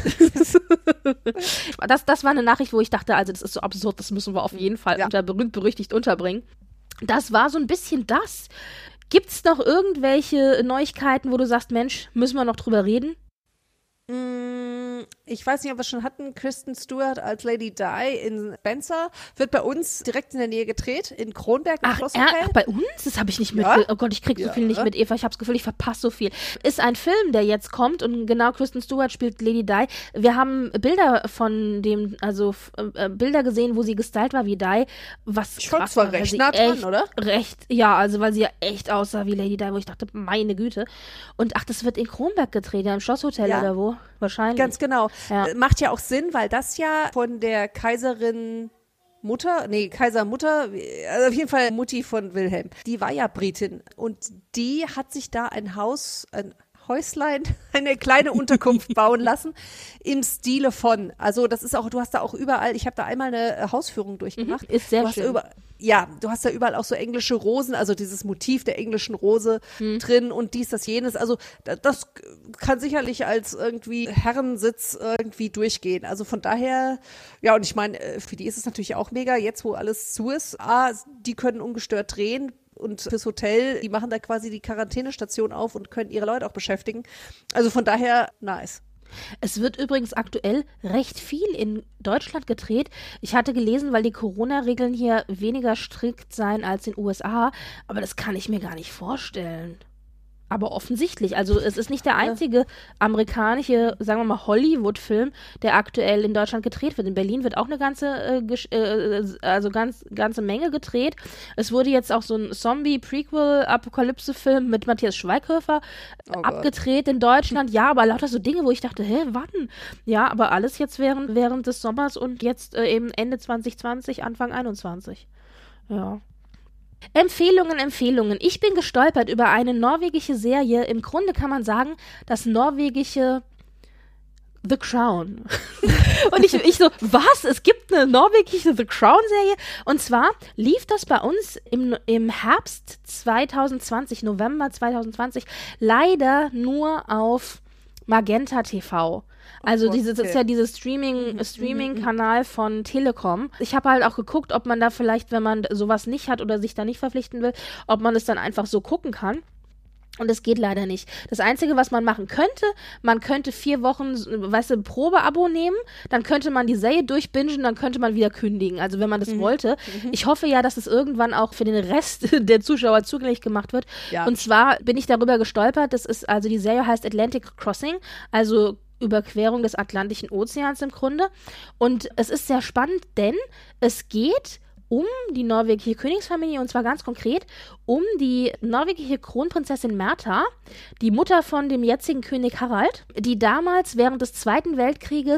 das, das war eine Nachricht, wo ich dachte, also das ist so absurd, das müssen wir auf jeden Fall ja. unter berühmt-berüchtigt unterbringen. Das war so ein bisschen das. Gibt's noch irgendwelche Neuigkeiten, wo du sagst, Mensch, müssen wir noch drüber reden? Ich weiß nicht, ob wir schon hatten, Kristen Stewart als Lady Di in Spencer wird bei uns direkt in der Nähe gedreht, in Kronberg im Ach, Schlosshotel. äh, ach, bei uns? Das habe ich nicht Ja. mit. Oh Gott, ich krieg so Ja. viel nicht mit, Eva. Ich habe das Gefühl, ich verpasse so viel. Ist ein Film, der jetzt kommt und genau Kristen Stewart spielt Lady Di. Wir haben Bilder von dem, also äh, Bilder gesehen, wo sie gestylt war wie Di. Was Ich fand krass zwar war, weil recht sie nah dran, echt, oder? Recht, ja, also weil sie ja echt aussah wie Lady Di, wo ich dachte, meine Güte. Und ach, das wird in Kronberg gedreht, ja, im Schlosshotel Ja. oder wo? Wahrscheinlich. Ganz genau. Ja. Äh, Macht ja auch Sinn, weil das ja von der Kaiserin Mutter, nee, Kaisermutter, also auf jeden Fall Mutti von Wilhelm, die war ja Britin und die hat sich da ein Haus, ein Häuslein, eine kleine Unterkunft bauen lassen im Stile von, also das ist auch, du hast da auch überall, ich habe da einmal eine Hausführung durchgemacht. Mhm, ist sehr du hast schön. Über, ja, du hast da überall auch so englische Rosen, also dieses Motiv der englischen Rose Mhm. drin und dies, das, jenes, also da- das kann sicherlich als irgendwie Herrensitz irgendwie durchgehen, also von daher, ja und ich meine, äh, für die ist es natürlich auch mega, jetzt wo alles zu ist, A, die können ungestört drehen, und fürs Hotel, die machen da quasi die Quarantänestation auf und können ihre Leute auch beschäftigen. Also von daher, nice. Es wird übrigens aktuell recht viel in Deutschland gedreht. Ich hatte gelesen, weil die Corona-Regeln hier weniger strikt seien als in den U S A, aber das kann ich mir gar nicht vorstellen. Aber offensichtlich, also es ist nicht der einzige amerikanische, sagen wir mal Hollywood-Film, der aktuell in Deutschland gedreht wird. In Berlin wird auch eine ganze, äh, gesch- äh, also ganz, ganze Menge gedreht. Es wurde jetzt auch so ein Zombie-Prequel-Apokalypse-Film mit Matthias Schweighöfer Oh Gott. abgedreht in Deutschland. Ja, aber lauter so Dinge, wo ich dachte, hä, wann? Ja, aber alles jetzt während, während des Sommers und jetzt äh, eben Ende zwanzig zwanzig, Anfang einundzwanzig. Ja. Empfehlungen, Empfehlungen. Ich bin gestolpert über eine norwegische Serie. Im Grunde kann man sagen, das norwegische The Crown. Und ich, ich so, was? Es gibt eine norwegische The Crown-Serie? Und zwar lief das bei uns im, im Herbst zwanzig zwanzig, November zwanzig zwanzig, leider nur auf Magenta T V. Also Gott, dieses, das ist okay. ja dieses Streaming, Streaming-Kanal von Telekom. Ich habe halt auch geguckt, ob man da vielleicht, wenn man sowas nicht hat oder sich da nicht verpflichten will, ob man es dann einfach so gucken kann. Und es geht leider nicht. Das Einzige, was man machen könnte, man könnte vier Wochen, weißt du, Probeabo nehmen, dann könnte man die Serie durchbingen, dann könnte man wieder kündigen, also wenn man das mhm. wollte. Mhm. Ich hoffe ja, dass es irgendwann auch für den Rest der Zuschauer zugänglich gemacht wird. Ja. Und zwar bin ich darüber gestolpert, das ist, also die Serie heißt Atlantic Crossing, also Überquerung des Atlantischen Ozeans im Grunde. Und es ist sehr spannend, denn es geht um die norwegische Königsfamilie und zwar ganz konkret um die norwegische Kronprinzessin Märtha, die Mutter von dem jetzigen König Harald, die damals während des Zweiten Weltkrieges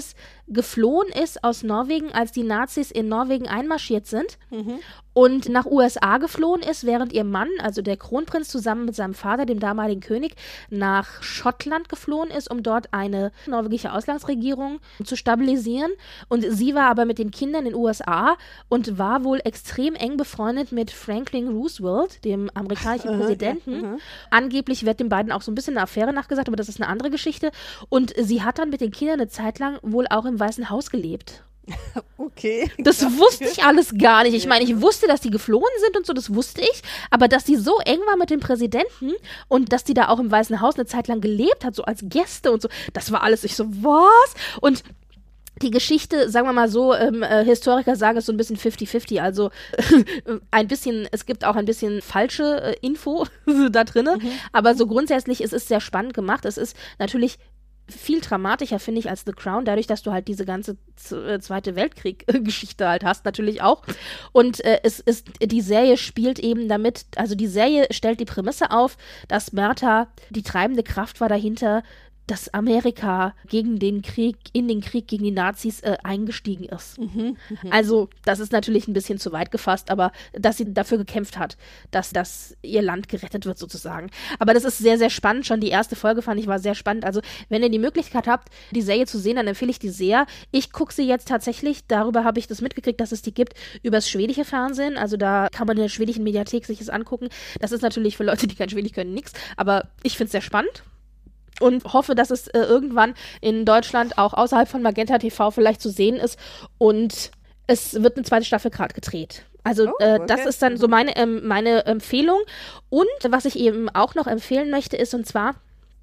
geflohen ist aus Norwegen, als die Nazis in Norwegen einmarschiert sind. Mhm. Und nach U S A geflohen ist, während ihr Mann, also der Kronprinz zusammen mit seinem Vater, dem damaligen König, nach Schottland geflohen ist, um dort eine norwegische Auslandsregierung zu stabilisieren. Und sie war aber mit den Kindern in den U S A und war wohl extrem eng befreundet mit Franklin Roosevelt, dem amerikanischen Präsidenten. Ja, angeblich wird den beiden auch so ein bisschen eine Affäre nachgesagt, aber das ist eine andere Geschichte. Und sie hat dann mit den Kindern eine Zeit lang wohl auch im Weißen Haus gelebt. Okay. Das wusste ich alles gar nicht. Ich meine, ich wusste, dass die geflohen sind und so, das wusste ich. Aber dass die so eng war mit dem Präsidenten und dass die da auch im Weißen Haus eine Zeit lang gelebt hat, so als Gäste und so, das war alles. Ich so, was? Und die Geschichte, sagen wir mal so, ähm, äh, Historiker sagen es so ein bisschen fifty fifty, also ein bisschen, es gibt auch ein bisschen falsche äh, Info da drinne, mhm. aber so grundsätzlich, es ist sehr spannend gemacht. Es ist natürlich viel dramatischer, finde ich, als The Crown, dadurch, dass du halt diese ganze Z- Zweite Weltkrieg-Geschichte halt hast, natürlich auch. Und äh, es ist, die Serie spielt eben damit, also die Serie stellt die Prämisse auf, dass Märtha die treibende Kraft war dahinter, dass Amerika gegen den Krieg, in den Krieg gegen die Nazis äh, eingestiegen ist. Mhm, mh. Also, das ist natürlich ein bisschen zu weit gefasst, aber dass sie dafür gekämpft hat, dass, dass ihr Land gerettet wird sozusagen. Aber das ist sehr, sehr spannend. Schon die erste Folge fand ich war sehr spannend. Also, wenn ihr die Möglichkeit habt, die Serie zu sehen, dann empfehle ich die sehr. Ich gucke sie jetzt tatsächlich, darüber habe ich das mitgekriegt, dass es die gibt, übers schwedische Fernsehen. Also, da kann man in der schwedischen Mediathek sich das angucken. Das ist natürlich für Leute, die kein Schwedisch können, nichts. Aber ich finde es sehr spannend. Und hoffe, dass es äh, irgendwann in Deutschland auch außerhalb von Magenta T V vielleicht zu sehen ist. Und es wird eine zweite Staffel gerade gedreht. Also oh, okay. äh, das ist dann so meine, ähm, meine Empfehlung. Und was ich eben auch noch empfehlen möchte, ist, und zwar,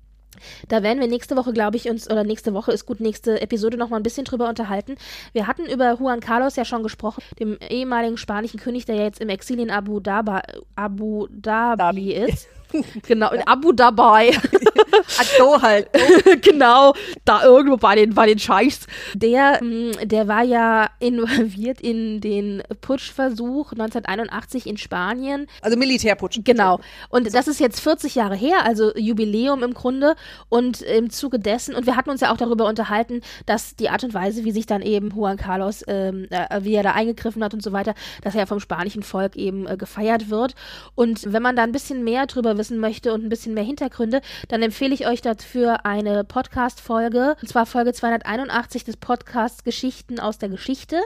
da werden wir nächste Woche, glaube ich, uns, oder nächste Woche ist gut, nächste Episode noch mal ein bisschen drüber unterhalten. Wir hatten über Juan Carlos ja schon gesprochen, dem ehemaligen spanischen König, der ja jetzt im Exil in Abu Dhabi, Abu Dhabi, Dhabi. ist. Genau, in Abu Dhabi. Do halt. Genau, da irgendwo bei den, bei den Scheichs. Der, der war ja involviert in den Putschversuch neunzehnhunderteinundachtzig in Spanien. Also Militärputsch. Genau. Und das ist jetzt vierzig Jahre her, also Jubiläum im Grunde. Und im Zuge dessen, und wir hatten uns ja auch darüber unterhalten, dass die Art und Weise, wie sich dann eben Juan Carlos, ähm, äh, wie er da eingegriffen hat und so weiter, dass er ja vom spanischen Volk eben äh, gefeiert wird. Und wenn man da ein bisschen mehr drüber wissen möchte und ein bisschen mehr Hintergründe, dann empfehle ich euch dafür eine Podcast-Folge, und zwar Folge zweihunderteinundachtzig des Podcasts Geschichten aus der Geschichte.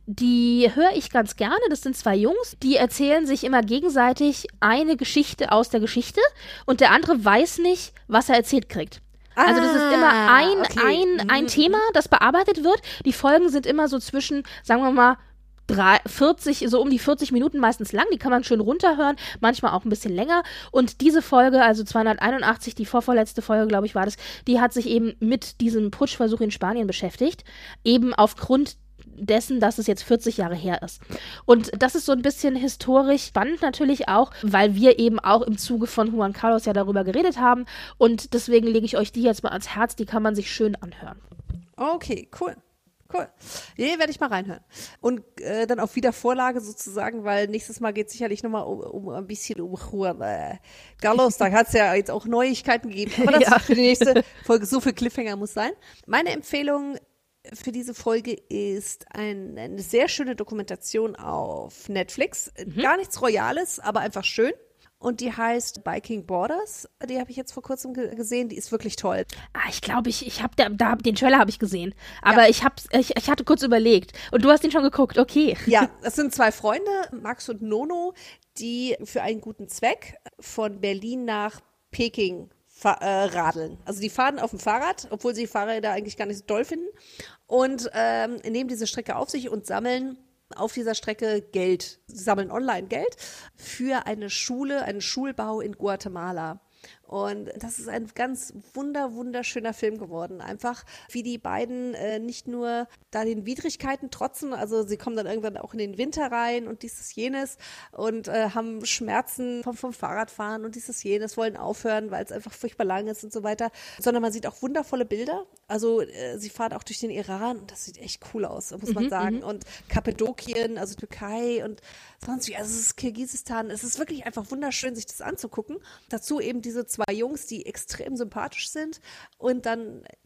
Die höre ich ganz gerne, das sind zwei Jungs, die erzählen sich immer gegenseitig eine Geschichte aus der Geschichte und der andere weiß nicht, was er erzählt kriegt. Also das ist immer ein, okay. ein, ein Thema, das bearbeitet wird. Die Folgen sind immer so zwischen, sagen wir mal, vierzig, so um die vierzig Minuten meistens lang, die kann man schön runterhören, manchmal auch ein bisschen länger. Und diese Folge, also zweihunderteinundachtzig, die vorvorletzte Folge, glaube ich, war das, die hat sich eben mit diesem Putschversuch in Spanien beschäftigt, eben aufgrund dessen, dass es jetzt vierzig Jahre her ist. Und das ist so ein bisschen historisch spannend natürlich auch, weil wir eben auch im Zuge von Juan Carlos ja darüber geredet haben und deswegen lege ich euch die jetzt mal ans Herz, die kann man sich schön anhören. Okay, cool. Cool. Nee, werde ich mal reinhören. Und äh, dann auf Wiedervorlage sozusagen, weil nächstes Mal geht es sicherlich nochmal um, um ein bisschen um Juan äh, Carlos. Da hat es ja jetzt auch Neuigkeiten gegeben. Aber das ja. ist für die nächste Folge. So viel Cliffhanger muss sein. Meine Empfehlung für diese Folge ist ein, eine sehr schöne Dokumentation auf Netflix. Mhm. Gar nichts Royales, aber einfach schön. Und die heißt Biking Borders. Die habe ich jetzt vor kurzem ge- gesehen. Die ist wirklich toll. Ah, ich glaube, ich, ich habe da, da den Trailer habe ich gesehen. Aber ja. ich, hab's, ich, ich hatte kurz überlegt. Und du hast ihn schon geguckt, okay. Ja, das sind zwei Freunde, Max und Nono, die für einen guten Zweck von Berlin nach Peking fa- äh, radeln. Also die fahren auf dem Fahrrad, obwohl sie die Fahrräder eigentlich gar nicht so doll finden. Und ähm, nehmen diese Strecke auf sich und sammeln auf dieser Strecke Geld. Sie sammeln online Geld für eine Schule, einen Schulbau in Guatemala. Und das ist ein ganz wunder, wunderschöner Film geworden. Einfach, wie die beiden äh, nicht nur da den Widrigkeiten trotzen, also sie kommen dann irgendwann auch in den Winter rein und dieses, jenes und äh, haben Schmerzen vom, vom Fahrradfahren und dieses, jenes, wollen aufhören, weil es einfach furchtbar lang ist und so weiter. Sondern man sieht auch wundervolle Bilder. Also äh, sie fahren auch durch den Iran und das sieht echt cool aus, muss man mhm, sagen. Und Kappadokien, also Türkei und sonst wie, also es ist Kirgisistan. Es ist wirklich einfach wunderschön, sich das anzugucken. Dazu eben diese zwei Jungs, die extrem sympathisch sind und dann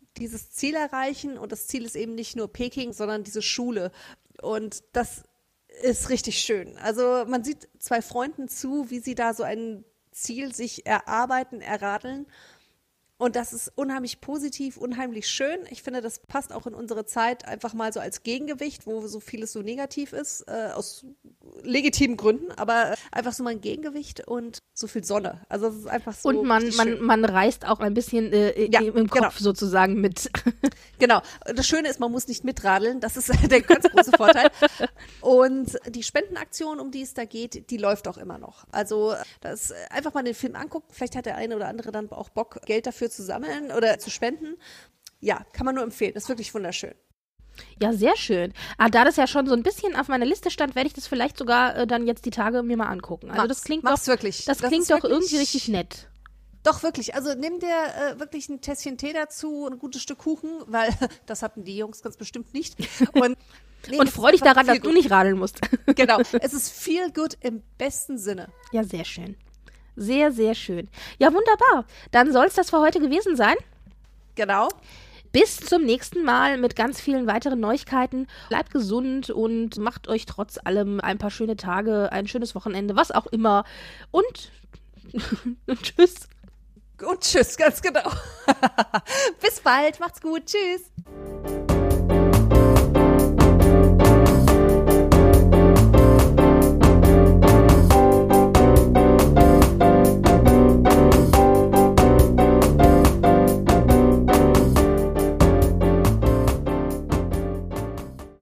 dieses Ziel erreichen und das Ziel ist eben nicht nur Peking, sondern diese Schule und das ist richtig schön. Also man sieht zwei Freunden zu, wie sie da so ein Ziel sich erarbeiten, erradeln. Und das ist unheimlich positiv, unheimlich schön. Ich finde, das passt auch in unsere Zeit einfach mal so als Gegengewicht, wo so vieles so negativ ist, äh, aus legitimen Gründen, aber einfach so mal ein Gegengewicht und so viel Sonne. Also es ist einfach so Und man, man, schön. man reist auch ein bisschen äh, Ja, im Kopf genau. sozusagen mit. Genau. Das Schöne ist, man muss nicht mitradeln. Das ist der ganz große Vorteil. Und die Spendenaktion, um die es da geht, die läuft auch immer noch. Also das einfach mal den Film angucken. Vielleicht hat der eine oder andere dann auch Bock, Geld dafür zu sammeln oder zu spenden. Ja, kann man nur empfehlen. Das ist wirklich wunderschön. Ja, sehr schön. Ah, da das ja schon so ein bisschen auf meiner Liste stand, werde ich das vielleicht sogar äh, dann jetzt die Tage mir mal angucken. Also Mach's, das klingt mach's doch, wirklich. das Das klingt ist doch wirklich- irgendwie richtig nett. Doch, wirklich. Also nimm dir äh, wirklich ein Tässchen Tee dazu, ein gutes Stück Kuchen, weil das hatten die Jungs ganz bestimmt nicht. Und, nee, Und es freu dich ist einfach daran, dass viel du gut. nicht radeln musst. Genau. Es ist viel gut im besten Sinne. Ja, sehr schön. Sehr, sehr schön. Ja, wunderbar. Dann soll es das für heute gewesen sein. Genau. Bis zum nächsten Mal mit ganz vielen weiteren Neuigkeiten. Bleibt gesund und macht euch trotz allem ein paar schöne Tage, ein schönes Wochenende, was auch immer. Und, und tschüss. Und tschüss, ganz genau. Bis bald. Macht's gut. Tschüss.